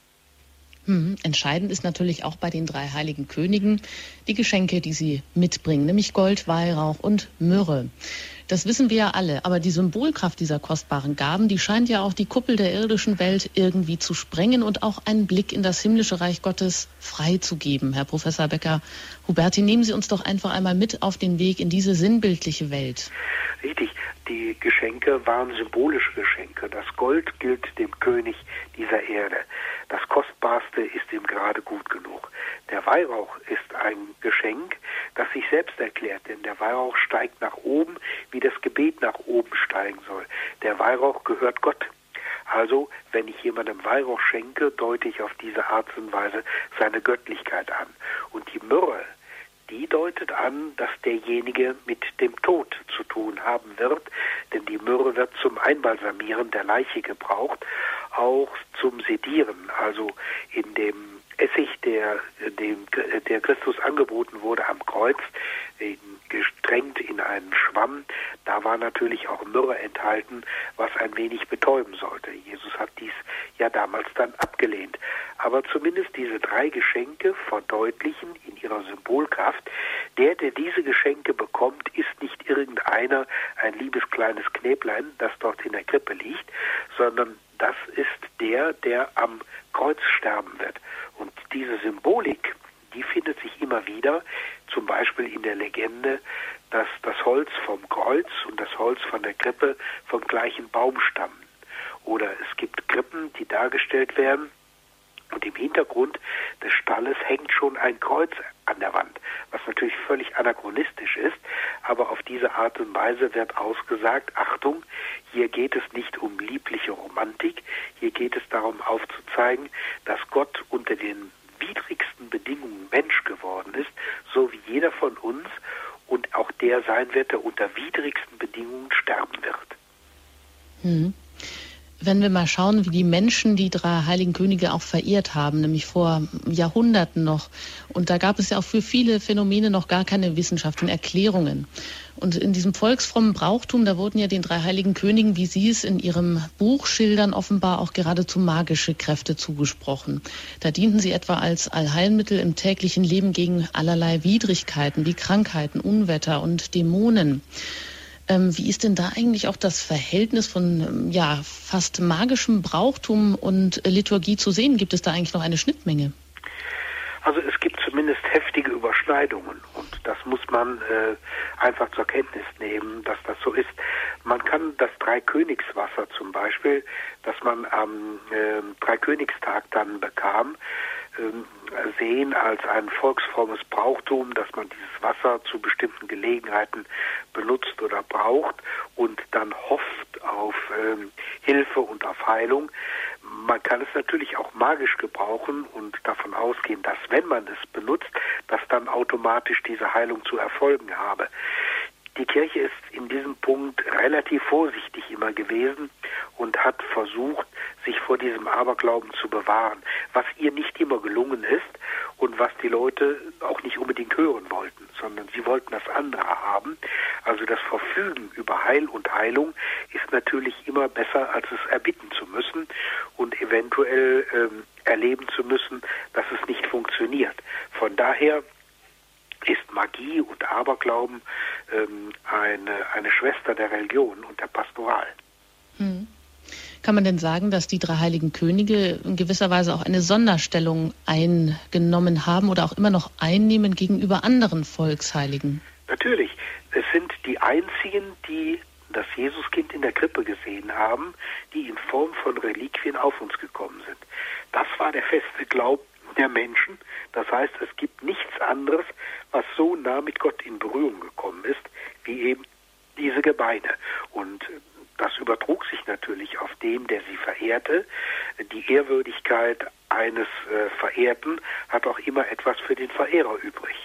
Entscheidend ist natürlich auch bei den drei heiligen Königen die Geschenke, die sie mitbringen, nämlich Gold, Weihrauch und Myrrhe. Das wissen wir ja alle, aber die Symbolkraft dieser kostbaren Gaben, die scheint ja auch die Kuppel der irdischen Welt irgendwie zu sprengen und auch einen Blick in das himmlische Reich Gottes freizugeben. Herr Professor Becker-Huberti, nehmen Sie uns doch einfach einmal mit auf den Weg in diese sinnbildliche Welt. Richtig, die Geschenke waren symbolische Geschenke. Das Gold gilt dem König dieser Erde. Das Kostbarste ist ihm gerade gut genug. Der Weihrauch ist ein Geschenk, das sich selbst erklärt, denn der Weihrauch steigt nach oben, wie das Gebet nach oben steigen soll. Der Weihrauch gehört Gott. Also, wenn ich jemandem Weihrauch schenke, deute ich auf diese Art und Weise seine Göttlichkeit an. Und die Myrrhe, die deutet an, dass derjenige mit dem Tod zu tun haben wird, denn die Myrrhe wird zum Einbalsamieren der Leiche gebraucht, auch zum Sedieren, also in dem Essig, der Christus angeboten wurde am Kreuz, getränkt in einen Schwamm, da war natürlich auch Myrrhe enthalten, was ein wenig betäuben sollte. Jesus hat dies ja damals dann abgelehnt. Aber zumindest diese drei Geschenke verdeutlichen in ihrer Symbolkraft, der diese Geschenke bekommt, ist nicht irgendeiner, ein liebes kleines Knäblein, das dort in der Krippe liegt, sondern das ist der am Kreuz sterben wird. Und diese Symbolik, die findet sich immer wieder, zum Beispiel in der Legende, dass das Holz vom Kreuz und das Holz von der Krippe vom gleichen Baum stammen. Oder es gibt Krippen, die dargestellt werden, und im Hintergrund des Stalles hängt schon ein Kreuz an der Wand, was natürlich völlig anachronistisch ist, aber auf diese Art und Weise wird ausgesagt, Achtung, hier geht es nicht um liebliche Romantik, hier geht es darum aufzuzeigen, dass Gott unter den widrigsten Bedingungen Mensch geworden ist, so wie jeder von uns und auch der sein wird, der unter widrigsten Bedingungen sterben wird. Wenn wir mal schauen, wie die Menschen die drei heiligen Könige auch verehrt haben, nämlich vor Jahrhunderten noch. Und da gab es ja auch für viele Phänomene noch gar keine wissenschaftlichen Erklärungen. Und in diesem volksfrommen Brauchtum, da wurden ja den drei heiligen Königen, wie Sie es in Ihrem Buch schildern, offenbar auch geradezu magische Kräfte zugesprochen. Da dienten sie etwa als Allheilmittel im täglichen Leben gegen allerlei Widrigkeiten wie Krankheiten, Unwetter und Dämonen. Wie ist denn da eigentlich auch das Verhältnis von fast magischem Brauchtum und Liturgie zu sehen? Gibt es da eigentlich noch eine Schnittmenge? Also es gibt zumindest heftige Überschneidungen und das muss man einfach zur Kenntnis nehmen, dass das so ist. Man kann das Dreikönigswasser zum Beispiel, das man am Dreikönigstag dann bekam, sehen als ein volksfrommes Brauchtum, dass man dieses Wasser zu bestimmten Gelegenheiten benutzt oder braucht und dann hofft auf Hilfe und auf Heilung. Man kann es natürlich auch magisch gebrauchen und davon ausgehen, dass wenn man es benutzt, dass dann automatisch diese Heilung zu erfolgen habe. Die Kirche ist in diesem Punkt relativ vorsichtig immer gewesen und hat versucht, sich vor diesem Aberglauben zu bewahren, was ihr nicht immer gelungen ist und was die Leute auch nicht unbedingt hören wollten, sondern sie wollten das andere haben. Also das Verfügen über Heil und Heilung ist natürlich immer besser, als es erbitten zu müssen und eventuell erleben zu müssen, dass es nicht funktioniert. Von daher ist Magie und Aberglauben eine Schwester der Religion und der Pastoral. Kann man denn sagen, dass die drei heiligen Könige in gewisser Weise auch eine Sonderstellung eingenommen haben oder auch immer noch einnehmen gegenüber anderen Volksheiligen? Natürlich. Es sind die einzigen, die das Jesuskind in der Krippe gesehen haben, die in Form von Reliquien auf uns gekommen sind. Das war der feste Glaube der Menschen. Das heißt, es gibt nichts anderes, was so nah mit Gott in Berührung gekommen ist, wie eben diese Gebeine. Und das übertrug sich natürlich auf den, der sie verehrte. Die Ehrwürdigkeit eines Verehrten hat auch immer etwas für den Verehrer übrig.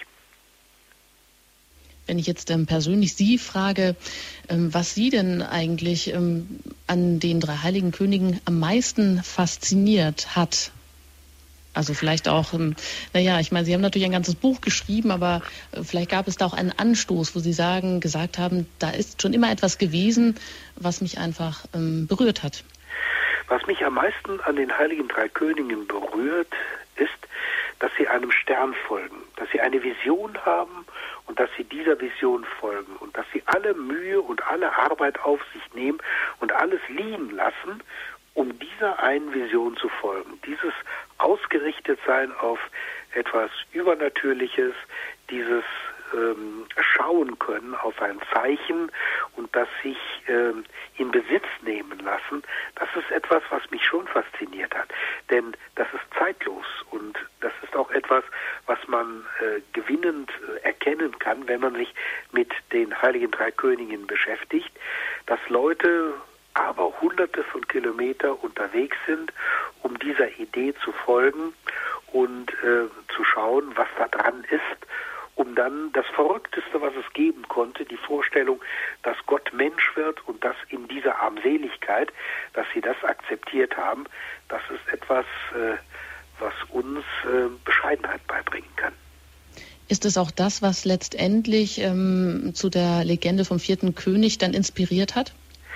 Wenn ich jetzt persönlich Sie frage, was Sie denn eigentlich an den drei heiligen Königen am meisten fasziniert hat. Also vielleicht auch, ich meine, Sie haben natürlich ein ganzes Buch geschrieben, aber vielleicht gab es da auch einen Anstoß, wo Sie gesagt haben, da ist schon immer etwas gewesen, was mich einfach berührt hat. Was mich am meisten an den heiligen drei Königen berührt, ist, dass sie einem Stern folgen, dass sie eine Vision haben und dass sie dieser Vision folgen und dass sie alle Mühe und alle Arbeit auf sich nehmen und alles liegen lassen, um dieser einen Vision zu folgen. Dieses Ausgerichtetsein auf etwas Übernatürliches, dieses schauen können auf ein Zeichen und das sich in Besitz nehmen lassen, das ist etwas, was mich schon fasziniert hat. Denn das ist zeitlos und das ist auch etwas, was man gewinnend erkennen kann, wenn man sich mit den heiligen drei Königen beschäftigt, dass Leute aber hunderte von Kilometern unterwegs sind, um dieser Idee zu folgen und zu schauen, was da dran ist, um dann das Verrückteste, was es geben konnte, die Vorstellung, dass Gott Mensch wird und dass in dieser Armseligkeit, dass sie das akzeptiert haben, das ist etwas, was uns Bescheidenheit beibringen kann. Ist es auch das, was letztendlich zu der Legende vom vierten König dann inspiriert hat?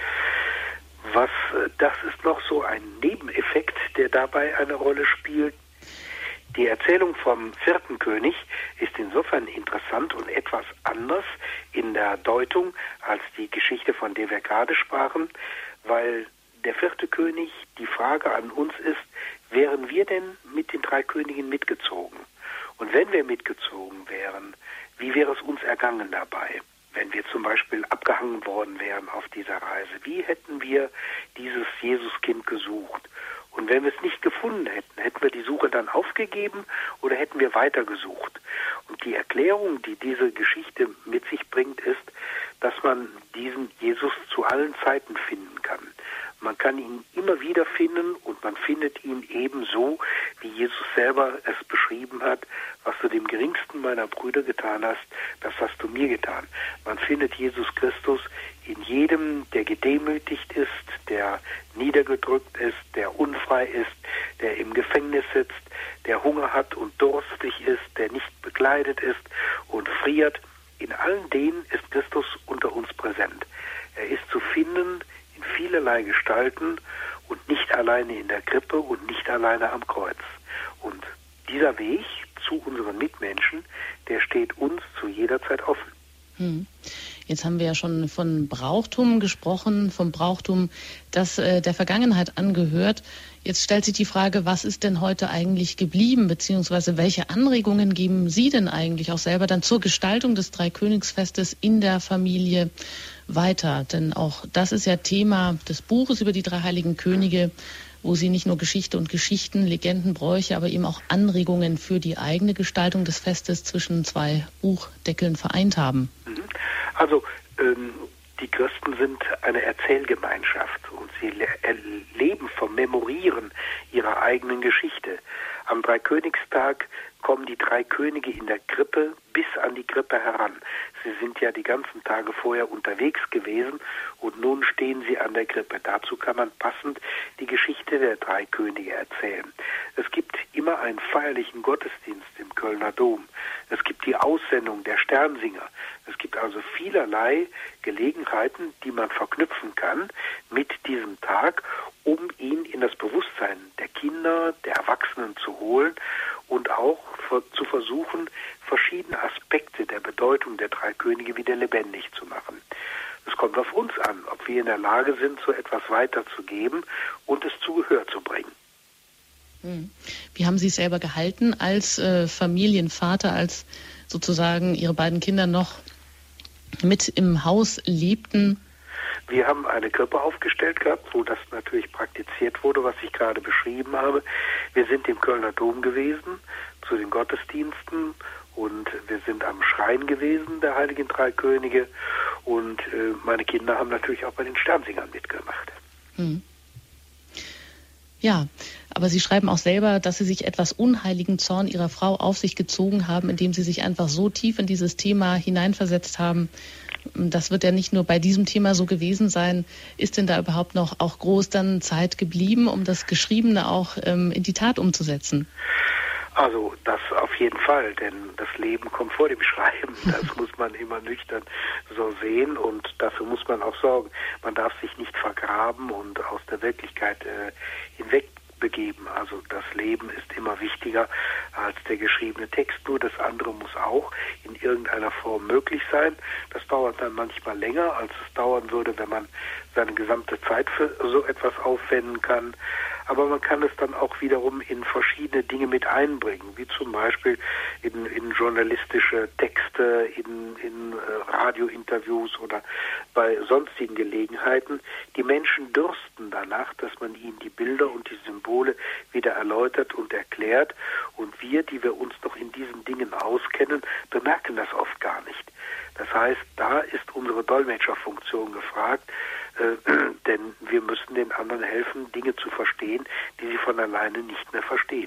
Das ist noch so ein Nebeneffekt, der dabei eine Rolle spielt. Die Erzählung vom vierten König ist insofern interessant und etwas anders in der Deutung, als die Geschichte, von der wir gerade sprachen, weil der vierte König, die Frage an uns ist, wären wir denn mit den drei Königen mitgezogen? Und wenn wir mitgezogen wären, wie wäre es uns ergangen dabei? Wenn wir zum Beispiel abgehangen worden wären auf dieser Reise, wie hätten wir dieses Jesuskind gesucht? Und wenn wir es nicht gefunden hätten, hätten wir die Suche dann aufgegeben oder hätten wir weitergesucht? Und die Erklärung, die diese Geschichte mit sich bringt, ist, dass man diesen Jesus zu allen Zeiten finden kann. Man kann ihn immer wieder finden und man findet ihn ebenso, wie Jesus selber es beschrieben hat: Was du dem geringsten meiner Brüder getan hast, das hast du mir getan. Man findet Jesus Christus in jedem, der gedemütigt ist, der niedergedrückt ist, der unfrei ist, der im Gefängnis sitzt, der Hunger hat und durstig ist, der nicht bekleidet ist und friert. In allen denen ist Christus unter uns präsent. Er ist zu finden in vielerlei Gestalten und nicht alleine in der Krippe und nicht alleine am Kreuz. Und dieser Weg zu unseren Mitmenschen, der steht uns zu jeder Zeit offen. Jetzt haben wir ja schon von Brauchtum gesprochen, vom Brauchtum, das der Vergangenheit angehört. Jetzt stellt sich die Frage, was ist denn heute eigentlich geblieben, beziehungsweise welche Anregungen geben Sie denn eigentlich auch selber dann zur Gestaltung des Dreikönigsfestes in der Familie weiter? Denn auch das ist ja Thema des Buches über die drei heiligen Könige, wo Sie nicht nur Geschichte und Geschichten, Legenden, Bräuche, aber eben auch Anregungen für die eigene Gestaltung des Festes zwischen zwei Buchdeckeln vereint haben. Also die Christen sind eine Erzählgemeinschaft und sie leben vom Memorieren ihrer eigenen Geschichte. Am Dreikönigstag kommen die drei Könige in der Krippe bis an die Krippe heran. Sie sind ja die ganzen Tage vorher unterwegs gewesen und nun stehen sie an der Krippe. Dazu kann man passend die Geschichte der drei Könige erzählen. Es gibt immer einen feierlichen Gottesdienst im Kölner Dom. Es gibt die Aussendung der Sternsinger. Es gibt also vielerlei Gelegenheiten, die man verknüpfen kann mit diesem Tag, um ihn in das Bewusstsein der Kinder, der Erwachsenen zu holen und auch zu versuchen, verschiedene Aspekte der Bedeutung der drei Könige wieder lebendig zu machen. Es kommt auf uns an, ob wir in der Lage sind, so etwas weiterzugeben und es zu Gehör zu bringen. Wie haben Sie es selber gehalten als Familienvater, als sozusagen Ihre beiden Kinder noch mit im Haus lebten? Wir haben eine Krippe aufgestellt gehabt, wo das natürlich praktiziert wurde, was ich gerade beschrieben habe. Wir sind im Kölner Dom gewesen, zu den Gottesdiensten, und wir sind am Schrein gewesen, der Heiligen Drei Könige, und meine Kinder haben natürlich auch bei den Sternsingern mitgemacht. Ja, aber Sie schreiben auch selber, dass Sie sich etwas unheiligen Zorn Ihrer Frau auf sich gezogen haben, indem Sie sich einfach so tief in dieses Thema hineinversetzt haben. Das wird ja nicht nur bei diesem Thema so gewesen sein. Ist denn da überhaupt noch auch groß dann Zeit geblieben, um das Geschriebene auch in die Tat umzusetzen? Also das auf jeden Fall, denn das Leben kommt vor dem Schreiben. Das muss man immer nüchtern so sehen und dafür muss man auch sorgen. Man darf sich nicht vergraben und aus der Wirklichkeit hinweg begeben. Also das Leben ist immer wichtiger als der geschriebene Text. Nur das andere muss auch in irgendeiner Form möglich sein. Das dauert dann manchmal länger, als es dauern würde, wenn man seine gesamte Zeit für so etwas aufwenden kann. Aber man kann es dann auch wiederum in verschiedene Dinge mit einbringen, wie zum Beispiel in journalistische Texte, in Radiointerviews oder bei sonstigen Gelegenheiten. Die Menschen dürsten danach, dass man ihnen die Bilder und die Symbole wieder erläutert und erklärt. Und wir, die wir uns noch in diesen Dingen auskennen, bemerken das oft gar nicht. Das heißt, da ist unsere Dolmetscherfunktion gefragt, denn wir müssen den anderen helfen, Dinge zu verstehen, die sie von alleine nicht mehr verstehen.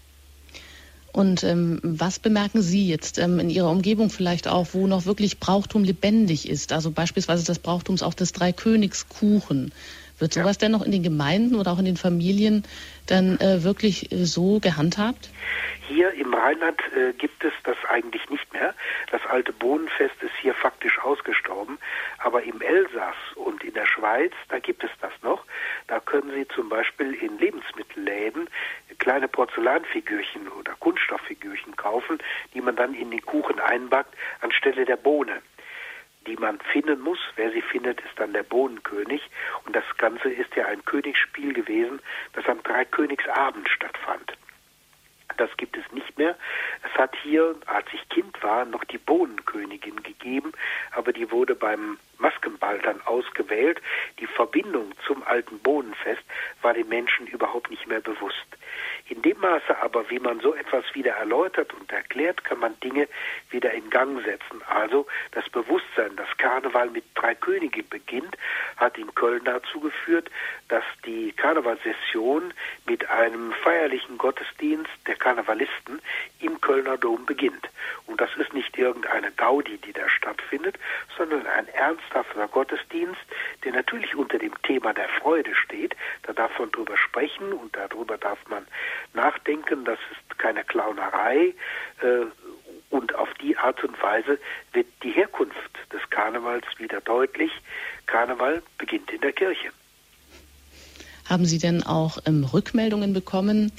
Und was bemerken Sie jetzt in Ihrer Umgebung vielleicht auch, wo noch wirklich Brauchtum lebendig ist? Also beispielsweise das Brauchtum auch des Dreikönigskuchen. Wird sowas denn noch in den Gemeinden oder auch in den Familien dann wirklich so gehandhabt? Hier im Rheinland gibt es das eigentlich nicht mehr. Das alte Bohnenfest ist hier faktisch ausgestorben. Aber im Elsass und in der Schweiz, da gibt es das noch. Da können Sie zum Beispiel in Lebensmittelläden kleine Porzellanfigürchen oder Kunststofffigürchen kaufen, die man dann in den Kuchen einbackt anstelle der Bohne, die man finden muss. Wer sie findet, ist dann der Bohnenkönig. Und das Ganze ist ja ein Königsspiel gewesen, das am Dreikönigsabend stattfand. Das gibt es nicht mehr. Es hat hier, als ich Kind war, noch die Bohnenkönigin gegeben, aber die wurde beim Maskenball dann ausgewählt. Die Verbindung zum alten Bohnenfest war den Menschen überhaupt nicht mehr bewusst. In dem Maße aber, wie man so etwas wieder erläutert und erklärt, kann man Dinge wieder in Gang setzen. Also das Bewusstsein, dass Karneval mit drei Könige beginnt, hat in Köln dazu geführt, dass die Karnevalssession mit einem feierlichen Gottesdienst der Karnevalisten im Kölner Dom beginnt. Und das ist nicht irgendeine Gaudi, die da stattfindet, sondern ein ernsthafter Gottesdienst, der natürlich unter dem Thema der Freude steht. Da darf man drüber sprechen und darüber darf man nachdenken. Das ist keine Clownerei. Und auf die Art und Weise wird die Herkunft des Karnevals wieder deutlich. Karneval beginnt in der Kirche. Haben Sie denn auch Rückmeldungen bekommen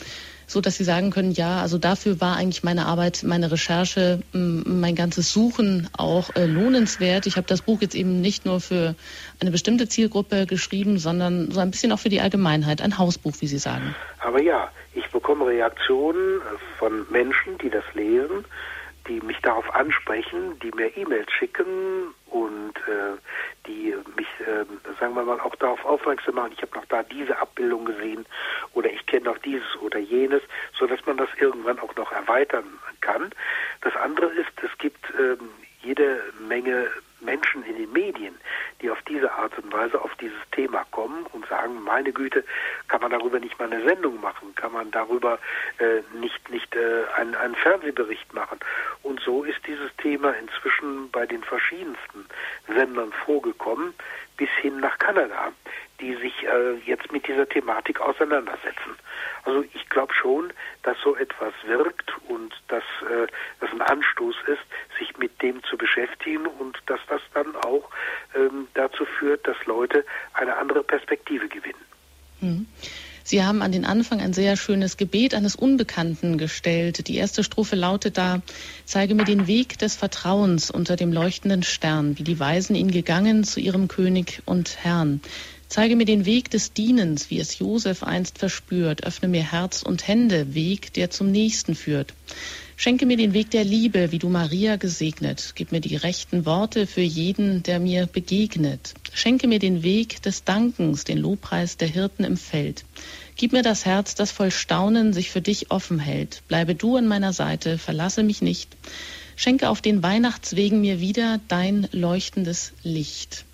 so dass Sie sagen können, ja, also dafür war eigentlich meine Arbeit, meine Recherche, mein ganzes Suchen auch lohnenswert. Ich habe das Buch jetzt eben nicht nur für eine bestimmte Zielgruppe geschrieben, sondern so ein bisschen auch für die Allgemeinheit, ein Hausbuch, wie Sie sagen. Aber ja, ich bekomme Reaktionen von Menschen, die das lesen, die mich darauf ansprechen, die mir E-Mails schicken und die mich, sagen wir mal, auch darauf aufmerksam machen, ich habe noch da diese Abbildung gesehen oder ich kenne noch dieses oder jenes, sodass man das irgendwann auch noch erweitern kann. Das andere ist, es gibt jede Menge Menschen in den Medien, die auf diese Art und Weise auf dieses Thema kommen und sagen, meine Güte, kann man darüber nicht mal eine Sendung machen, kann man darüber nicht einen Fernsehbericht machen. Und so ist dieses Thema inzwischen bei den verschiedensten Sendern vorgekommen, bis hin nach Kanada, die sich jetzt mit dieser Thematik auseinandersetzen. Also ich glaube schon, dass so etwas wirkt und dass das ein Anstoß ist, sich mit dem zu beschäftigen und dass das dann auch dazu führt, dass Leute eine andere Perspektive gewinnen. Sie haben an den Anfang ein sehr schönes Gebet eines Unbekannten gestellt. Die erste Strophe lautet da: Zeige mir den Weg des Vertrauens unter dem leuchtenden Stern, wie die Weisen ihn gegangen zu ihrem König und Herrn. Zeige mir den Weg des Dienens, wie es Josef einst verspürt. Öffne mir Herz und Hände, Weg, der zum Nächsten führt. Schenke mir den Weg der Liebe, wie du Maria gesegnet. Gib mir die rechten Worte für jeden, der mir begegnet. Schenke mir den Weg des Dankens, den Lobpreis der Hirten im Feld. Gib mir das Herz, das voll Staunen sich für dich offen hält. Bleibe du an meiner Seite, verlasse mich nicht. Schenke auf den Weihnachtswegen mir wieder dein leuchtendes Licht.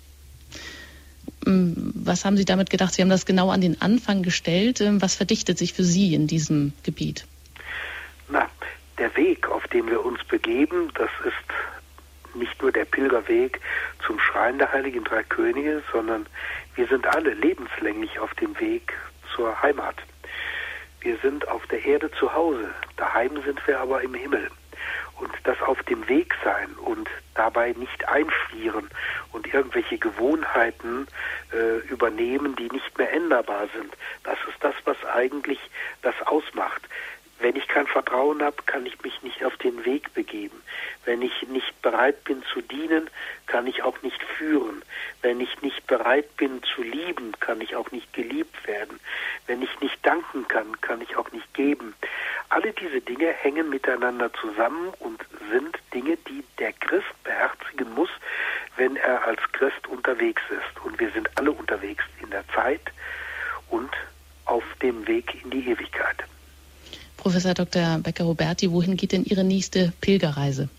Was haben Sie damit gedacht? Sie haben das genau an den Anfang gestellt. Was verdichtet sich für Sie in diesem Gebiet? Der Weg, auf den wir uns begeben, das ist nicht nur der Pilgerweg zum Schrein der Heiligen Drei Könige, sondern wir sind alle lebenslänglich auf dem Weg zur Heimat. Wir sind auf der Erde zu Hause, daheim sind wir aber im Himmel. Und das auf dem Weg sein und dabei nicht einfrieren und irgendwelche Gewohnheiten übernehmen, die nicht mehr änderbar sind, das ist das, was eigentlich das ausmacht. Wenn ich kein Vertrauen habe, kann ich mich nicht auf den Weg begeben. Wenn ich nicht bereit bin zu dienen, kann ich auch nicht führen. Wenn ich nicht bereit bin zu lieben, kann ich auch nicht geliebt werden. Wenn ich nicht danken kann, kann ich auch nicht geben. Alle diese Dinge hängen miteinander zusammen und sind Dinge, die der Christ beherzigen muss, wenn er als Christ unterwegs ist. Und wir sind alle unterwegs in der Zeit und auf dem Weg in die Ewigkeit. Professor Dr. Becker-Huberti, wohin geht denn Ihre nächste Pilgerreise?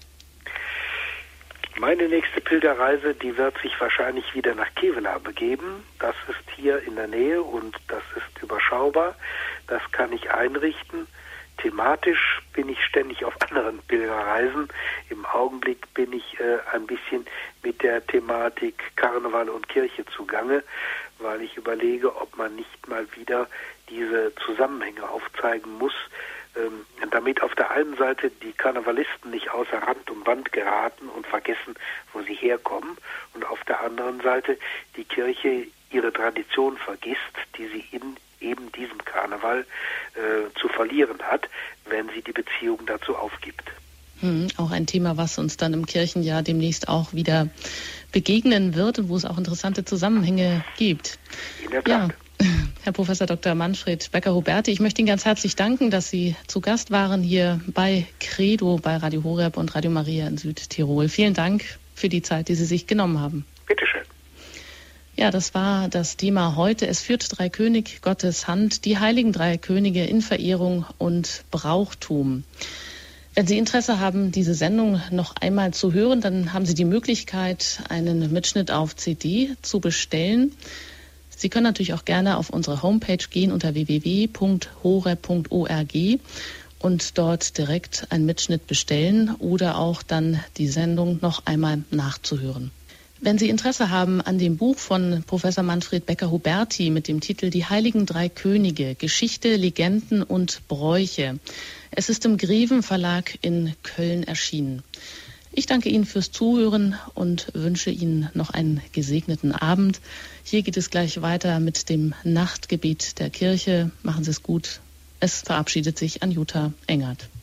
Meine nächste Pilgerreise, die wird sich wahrscheinlich wieder nach Kevela begeben. Das ist hier in der Nähe und das ist überschaubar. Das kann ich einrichten. Thematisch bin ich ständig auf anderen Pilgerreisen. Im Augenblick bin ich ein bisschen mit der Thematik Karneval und Kirche zugange, weil ich überlege, ob man nicht mal wieder diese Zusammenhänge aufzeigen muss, damit auf der einen Seite die Karnevalisten nicht außer Rand und Band geraten und vergessen, wo sie herkommen, und auf der anderen Seite die Kirche ihre Tradition vergisst, die sie in eben diesem Karneval zu verlieren hat, wenn sie die Beziehung dazu aufgibt. Auch ein Thema, was uns dann im Kirchenjahr demnächst auch wieder begegnen wird und wo es auch interessante Zusammenhänge gibt. In der Tat. Ja. Herr Professor Dr. Manfred Becker-Huberti, ich möchte Ihnen ganz herzlich danken, dass Sie zu Gast waren hier bei Credo, bei Radio Horeb und Radio Maria in Südtirol. Vielen Dank für die Zeit, die Sie sich genommen haben. Bitte schön. Ja, das war das Thema heute. Es führt Dreikönig Gottes Hand, die heiligen drei Könige in Verehrung und Brauchtum. Wenn Sie Interesse haben, diese Sendung noch einmal zu hören, dann haben Sie die Möglichkeit, einen Mitschnitt auf CD zu bestellen. Sie können natürlich auch gerne auf unsere Homepage gehen unter www.horeb.org und dort direkt einen Mitschnitt bestellen oder auch dann die Sendung noch einmal nachzuhören. Wenn Sie Interesse haben an dem Buch von Professor Manfred Becker-Huberti mit dem Titel Die Heiligen Drei Könige, Geschichte, Legenden und Bräuche. Es ist im Greven Verlag in Köln erschienen. Ich danke Ihnen fürs Zuhören und wünsche Ihnen noch einen gesegneten Abend. Hier geht es gleich weiter mit dem Nachtgebet der Kirche. Machen Sie es gut. Es verabschiedet sich Anjuta Engert.